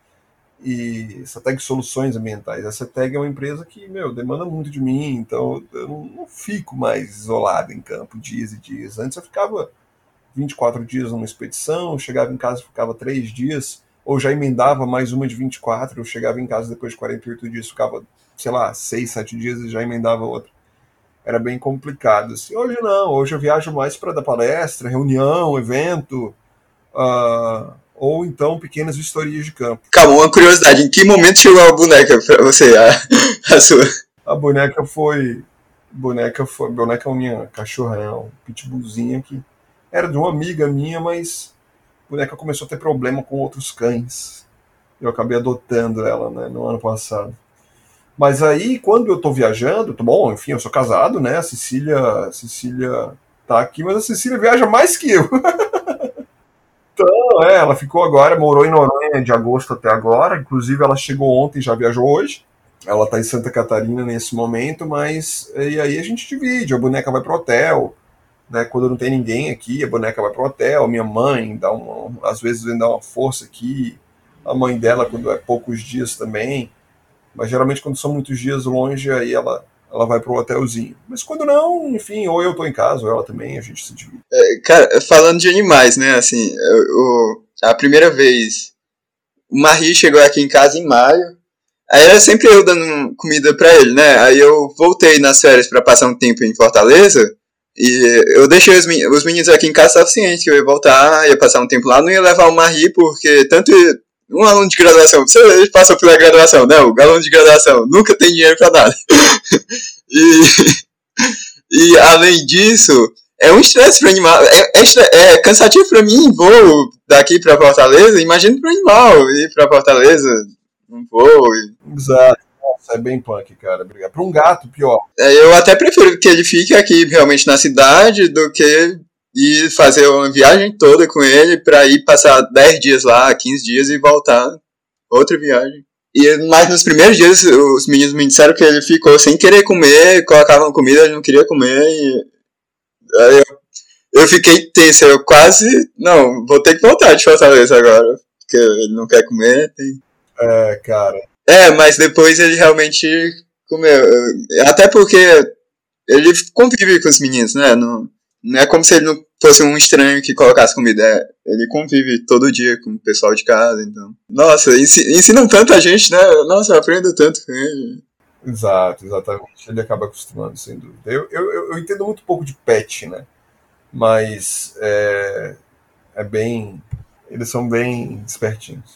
E CETEG Soluções Ambientais. A CETEG é uma empresa que, meu, demanda muito de mim, então eu não, não fico mais isolado em campo dias e dias. Antes eu ficava vinte e quatro dias numa expedição, chegava em casa e ficava três dias, ou já emendava mais uma de vinte e quatro, eu chegava em casa depois de quarenta e oito dias, ficava, sei lá, seis, sete dias e já emendava outra. Era bem complicado. Assim. Hoje não, hoje eu viajo mais para dar palestra, reunião, evento, uh, ou então pequenas vistorias de campo. Calma, uma curiosidade, em que momento chegou a boneca para você, a, a sua? A boneca foi, boneca foi, boneca é uma minha cachorra, é um pitbullzinha que era de uma amiga minha, mas a boneca começou a ter problema com outros cães. Eu acabei adotando ela, né, no ano passado. Mas aí, quando eu tô viajando, tô bom, enfim, eu sou casado, né? A Cecília, a Cecília tá aqui, mas a Cecília viaja mais que eu. Então, é, ela ficou agora, morou em Noronha de agosto até agora. Inclusive, ela chegou ontem, já viajou hoje. Ela tá em Santa Catarina nesse momento, mas e aí a gente divide. A boneca vai pro hotel, né? Quando não tem ninguém aqui, a boneca vai pro hotel. Minha mãe dá uma, às vezes vem dar uma força aqui. A mãe dela, quando é poucos dias também. Mas geralmente quando são muitos dias longe, aí ela, ela vai pro hotelzinho. Mas quando não, enfim, ou eu tô em casa, ou ela também, a gente se divide. É, cara, falando de animais, né, assim, eu, eu, a primeira vez, o Marie chegou aqui em casa em maio, aí era sempre eu dando comida pra ele, né, aí eu voltei nas férias pra passar um tempo em Fortaleza, e eu deixei os, os meninos aqui em casa, estavam cientes que eu ia voltar, ia passar um tempo lá, não ia levar o Marie, porque tanto... Um aluno de graduação, você passou pela graduação, não, o aluno de graduação nunca tem dinheiro pra nada. e, e além disso, é um estresse pro animal, é, é, é cansativo pra mim, voo daqui pra Fortaleza, imagina pro animal ir pra Fortaleza, um voo. E... Exato, nossa, é bem punk, cara, obrigado. Pra um gato, pior. É, eu até prefiro que ele fique aqui realmente na cidade do que... e fazer uma viagem toda com ele pra ir passar dez dias lá, quinze dias e voltar. Outra viagem. E, mas nos primeiros dias os meninos me disseram que ele ficou sem querer comer, colocavam comida, ele não queria comer e aí eu, eu fiquei tenso, eu quase, não, vou ter que voltar de Fortaleza agora, porque ele não quer comer. E... É, cara. É, mas depois ele realmente comeu, até porque ele convive com os meninos, né, não... não é como se ele não fosse um estranho que colocasse comida. É, ele convive todo dia com o pessoal de casa, então... Nossa, ensinam tanto a gente, né? Nossa, eu aprendo tanto com ele. Exato, exatamente. Ele acaba acostumando, sem dúvida. Eu, eu, eu entendo muito pouco de pet, né? Mas é, é bem... Eles são bem espertinhos.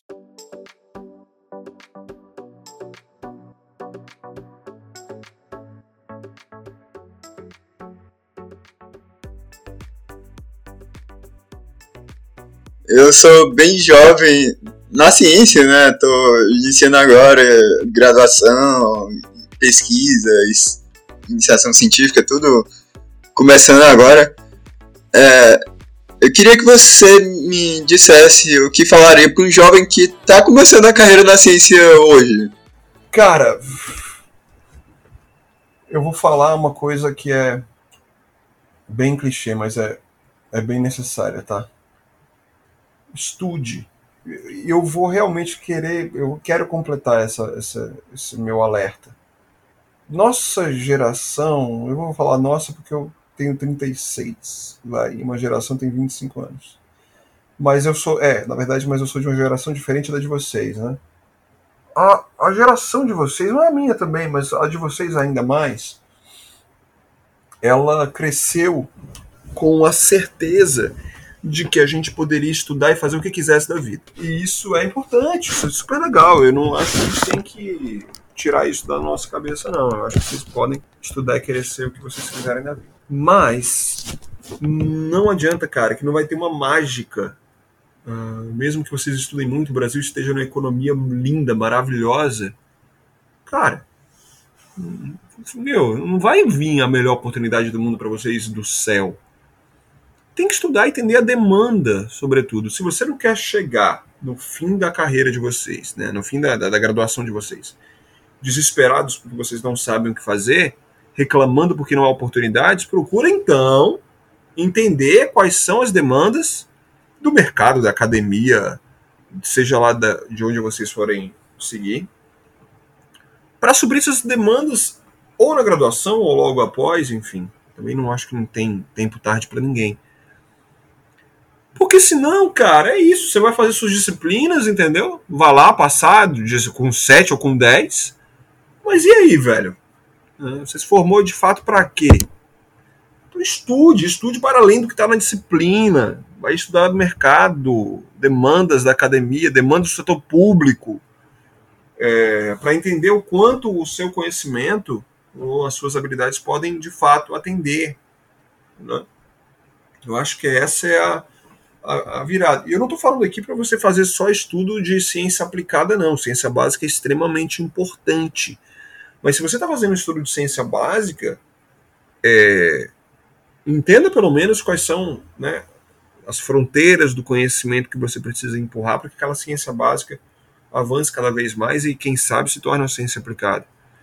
Eu sou bem jovem na ciência, né? Tô iniciando agora graduação, pesquisa, iniciação científica, tudo começando agora. É, eu queria que você me dissesse o que falaria para um jovem que está começando a carreira na ciência hoje. Cara, eu vou falar uma coisa que é bem clichê, mas é, é bem necessária, tá? Estude. Eu vou realmente querer, eu quero completar essa, essa, esse meu alerta. Nossa geração, eu vou falar nossa porque eu tenho trinta e seis, vai, e uma geração tem vinte e cinco anos. Mas eu sou, é, na verdade, mas eu sou de uma geração diferente da de vocês, né? A, a geração de vocês, não é a minha também, mas a de vocês ainda mais, ela cresceu com a certeza de que a gente poderia estudar e fazer o que quisesse da vida. E isso é importante, isso é super legal. Eu não acho que a gente tem que tirar isso da nossa cabeça, não. Eu acho que vocês podem estudar e querer ser o que vocês quiserem na vida. Mas não adianta, cara, que não vai ter uma mágica. Uh, mesmo que vocês estudem muito, o Brasil esteja numa economia linda, maravilhosa. Cara, meu, não vai vir a melhor oportunidade do mundo para vocês do céu. Tem que estudar e entender a demanda, sobretudo. Se você não quer chegar no fim da carreira de vocês, né, no fim da, da, da graduação de vocês, desesperados porque vocês não sabem o que fazer, reclamando porque não há oportunidades, procura então entender quais são as demandas do mercado, da academia, seja lá da, de onde vocês forem seguir, para suprir essas demandas ou na graduação ou logo após, enfim. Também não acho que não tem tempo tarde para ninguém. Porque senão, cara, é isso. Você vai fazer suas disciplinas, entendeu? Vai lá passar com sete ou com dez. Mas e aí, velho? Você se formou de fato para quê? Então estude, estude para além do que está na disciplina. Vai estudar do mercado, demandas da academia, demandas do setor público. É, para entender o quanto o seu conhecimento ou as suas habilidades podem, de fato, atender. Né? Eu acho que essa é a A, a virada. E eu não estou falando aqui para você fazer só estudo de ciência aplicada, não. Ciência básica é extremamente importante. Mas se você está fazendo um estudo de ciência básica, é, entenda pelo menos quais são, né, as fronteiras do conhecimento que você precisa empurrar para que aquela ciência básica avance cada vez mais e, quem sabe, se torne uma ciência aplicada.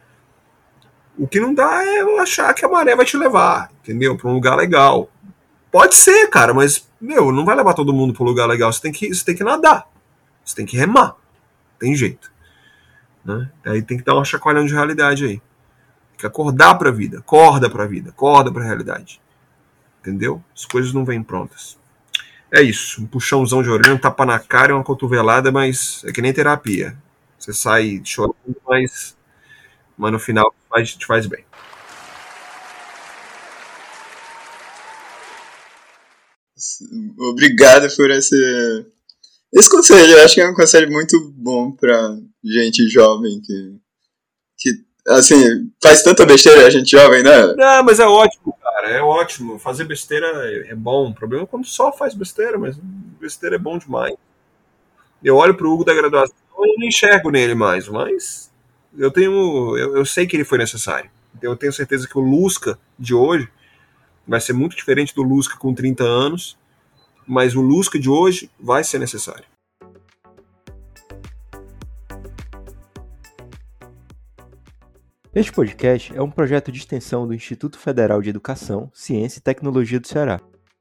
O que não dá é achar que a maré vai te levar, entendeu? Para um lugar legal. Pode ser, cara, mas, meu, não vai levar todo mundo para um lugar legal. Você tem que, você tem que nadar. Você tem que remar. Tem jeito. Né? Aí tem que dar uma chacoalhão de realidade aí. Tem que acordar para a vida. Acorda para a vida. Acorda para a realidade. Entendeu? As coisas não vêm prontas. É isso. Um puxãozão de orelha, um tapa na cara e uma cotovelada, mas é que nem terapia. Você sai chorando, mas, mas no final faz, te faz bem. Obrigado por esse, esse conselho. Eu acho que é um conselho muito bom pra gente jovem que, que, assim, faz tanta besteira a gente jovem, né? Não, mas é ótimo, cara, é ótimo. Fazer besteira é bom. O problema é quando só faz besteira, mas besteira é bom demais. Eu olho pro Hugo da graduação e não enxergo nele mais, mas eu tenho, eu, eu sei que ele foi necessário. Então eu tenho certeza que o Lusca de hoje vai ser muito diferente do Lusca com trinta anos, mas o Lusca de hoje vai ser necessário. Este podcast é um projeto de extensão do Instituto Federal de Educação, Ciência e Tecnologia do Ceará.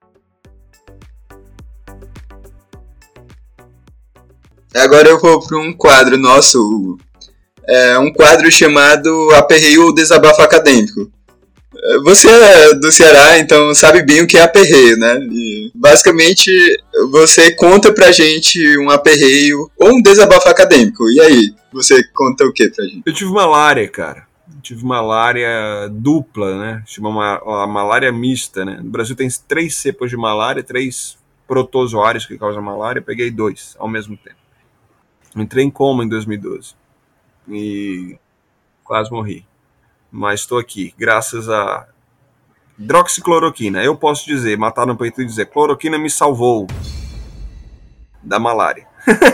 Agora eu vou para um quadro nosso, é um quadro chamado Aperreio ou Desabafo Acadêmico. você é do Ceará, então sabe bem o que é aperreio, né? E basicamente, você conta pra gente um aperreio ou um desabafo acadêmico. E aí, você conta o que pra gente? Eu tive malária, cara. Eu tive malária dupla, né? Chama uma, uma malária mista, né? No Brasil tem três cepas de malária, três protozoários que causam malária. Eu peguei dois ao mesmo tempo. Entrei em coma em dois mil e doze. E quase morri. Mas estou aqui, graças a hidroxicloroquina. Eu posso dizer, matar no peito e dizer, cloroquina me salvou da malária.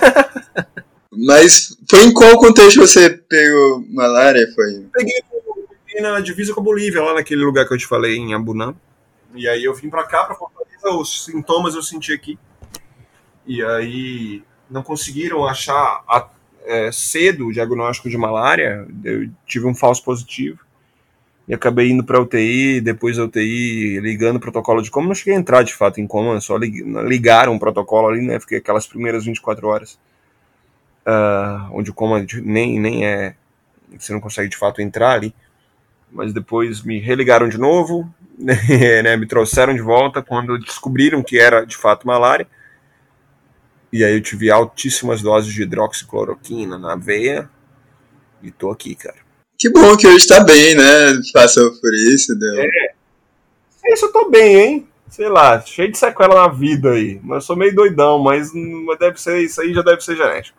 Mas foi em qual contexto você pegou malária? Foi? Peguei, peguei na divisa com a Bolívia, lá naquele lugar que eu te falei, em Abunã. E aí eu vim pra cá, pra Fortaleza, os sintomas eu senti aqui. E aí não conseguiram achar a, é, cedo o diagnóstico de malária. Eu tive um falso positivo. E acabei indo pra U T I, depois da U T I ligando o protocolo de coma. Não cheguei a entrar de fato em coma, só ligaram o protocolo ali, né? Fiquei aquelas primeiras vinte e quatro horas. Uh, onde o coma nem, nem é... Você não consegue de fato entrar ali. Mas depois me religaram de novo, né? Me trouxeram de volta quando descobriram que era de fato malária. E aí eu tive altíssimas doses de hidroxicloroquina na veia. E tô aqui, cara. Que bom que hoje tá bem, né? Passou por isso, deu. É. Isso eu tô bem, hein? Sei lá, cheio de sequela na vida aí. Mas eu sou meio doidão, mas deve ser, isso aí já deve ser genético.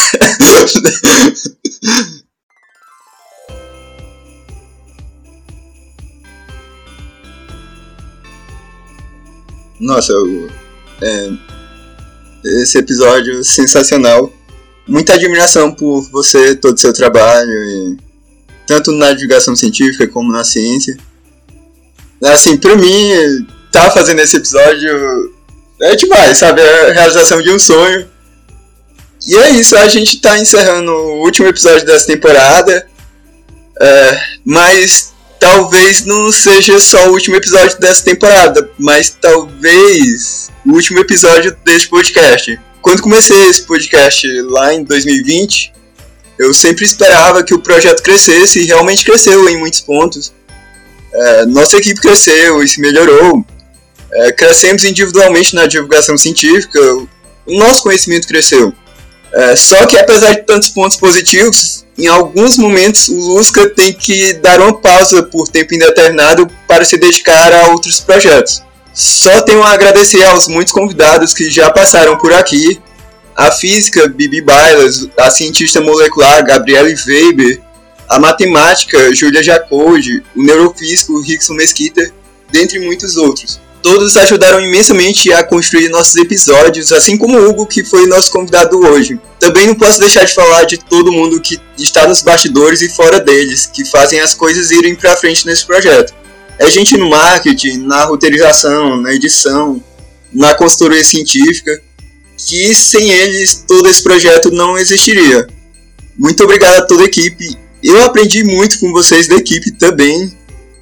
Nossa, é, esse episódio sensacional. Muita admiração por você, todo o seu trabalho, e, tanto na divulgação científica como na ciência. Assim, pra mim, tá fazendo esse episódio é demais, sabe? É a realização de um sonho. E é isso, a gente tá encerrando o último episódio dessa temporada. É, mas talvez não seja só o último episódio dessa temporada, mas talvez o último episódio desse podcast. Quando comecei esse podcast lá em dois mil e vinte, eu sempre esperava que o projeto crescesse, e realmente cresceu em muitos pontos. É, nossa equipe cresceu e se melhorou. É, crescemos individualmente na divulgação científica, o nosso conhecimento cresceu. É, só que apesar de tantos pontos positivos, em alguns momentos o Lusca tem que dar uma pausa por tempo indeterminado para se dedicar a outros projetos. Só tenho a agradecer aos muitos convidados que já passaram por aqui: a física Bibi Bailas, a cientista molecular Gabriele Weber, a matemática Júlia Jacode, o neurofísico Rickson Mesquita, dentre muitos outros. Todos ajudaram imensamente a construir nossos episódios, assim como o Hugo, que foi nosso convidado hoje. Também não posso deixar de falar de todo mundo que está nos bastidores e fora deles, que fazem as coisas irem pra frente nesse projeto. É gente no marketing, na roteirização, na edição, na consultoria científica, que sem eles todo esse projeto não existiria. Muito obrigado a toda a equipe. Eu aprendi muito com vocês da equipe também.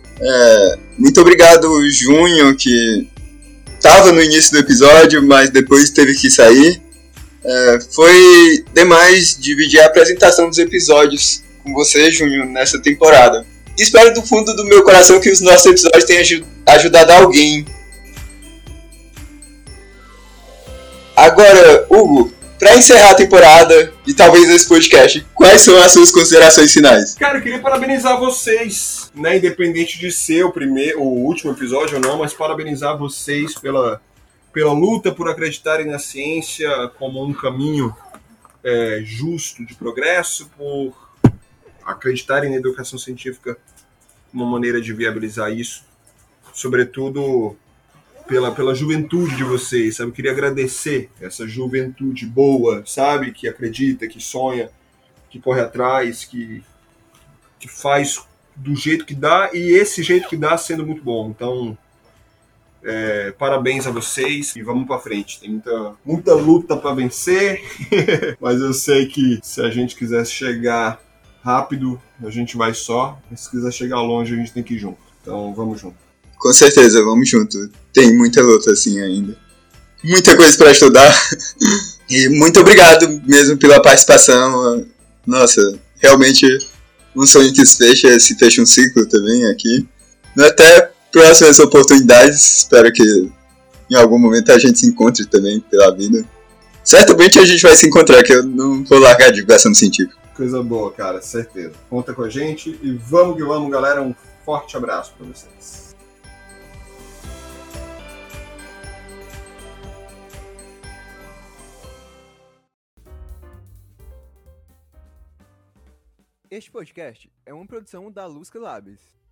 É, muito obrigado, Júnior, que estava no início do episódio, mas depois teve que sair. É, foi demais dividir a apresentação dos episódios com você, Júnior, nessa temporada. Espero do fundo do meu coração que os nossos episódios tenham ajudado alguém. Agora, Hugo, para encerrar a temporada e talvez esse podcast, quais são as suas considerações finais? Cara, eu queria parabenizar vocês, né? Independente de ser o primeiro, o último episódio ou não, mas parabenizar vocês pela, pela luta por acreditarem na ciência como um caminho é, justo de progresso, por acreditarem na educação científica como uma maneira de viabilizar isso, sobretudo pela, pela juventude de vocês, sabe? Eu queria agradecer essa juventude boa, sabe? Que acredita, que sonha, que corre atrás, que, que faz do jeito que dá, e esse jeito que dá sendo muito bom. Então, é, parabéns a vocês e vamos pra frente. Tem muita, muita luta para vencer, mas eu sei que se a gente quisesse chegar rápido, a gente vai só, mas se quiser chegar longe, a gente tem que ir junto. Então, vamos junto. Com certeza, vamos junto. Tem muita luta assim ainda. Muita coisa para estudar. E muito obrigado mesmo pela participação. Nossa, realmente um sonho que se fecha, se fecha um ciclo também aqui. Até próximas oportunidades, espero que em algum momento a gente se encontre também pela vida. Certamente a gente vai se encontrar, que eu não vou largar a divulgação científica. Coisa boa, cara, certeza. Conta com a gente e vamos que vamos, galera. Um forte abraço para vocês. Este podcast é uma produção da Lusca Labs.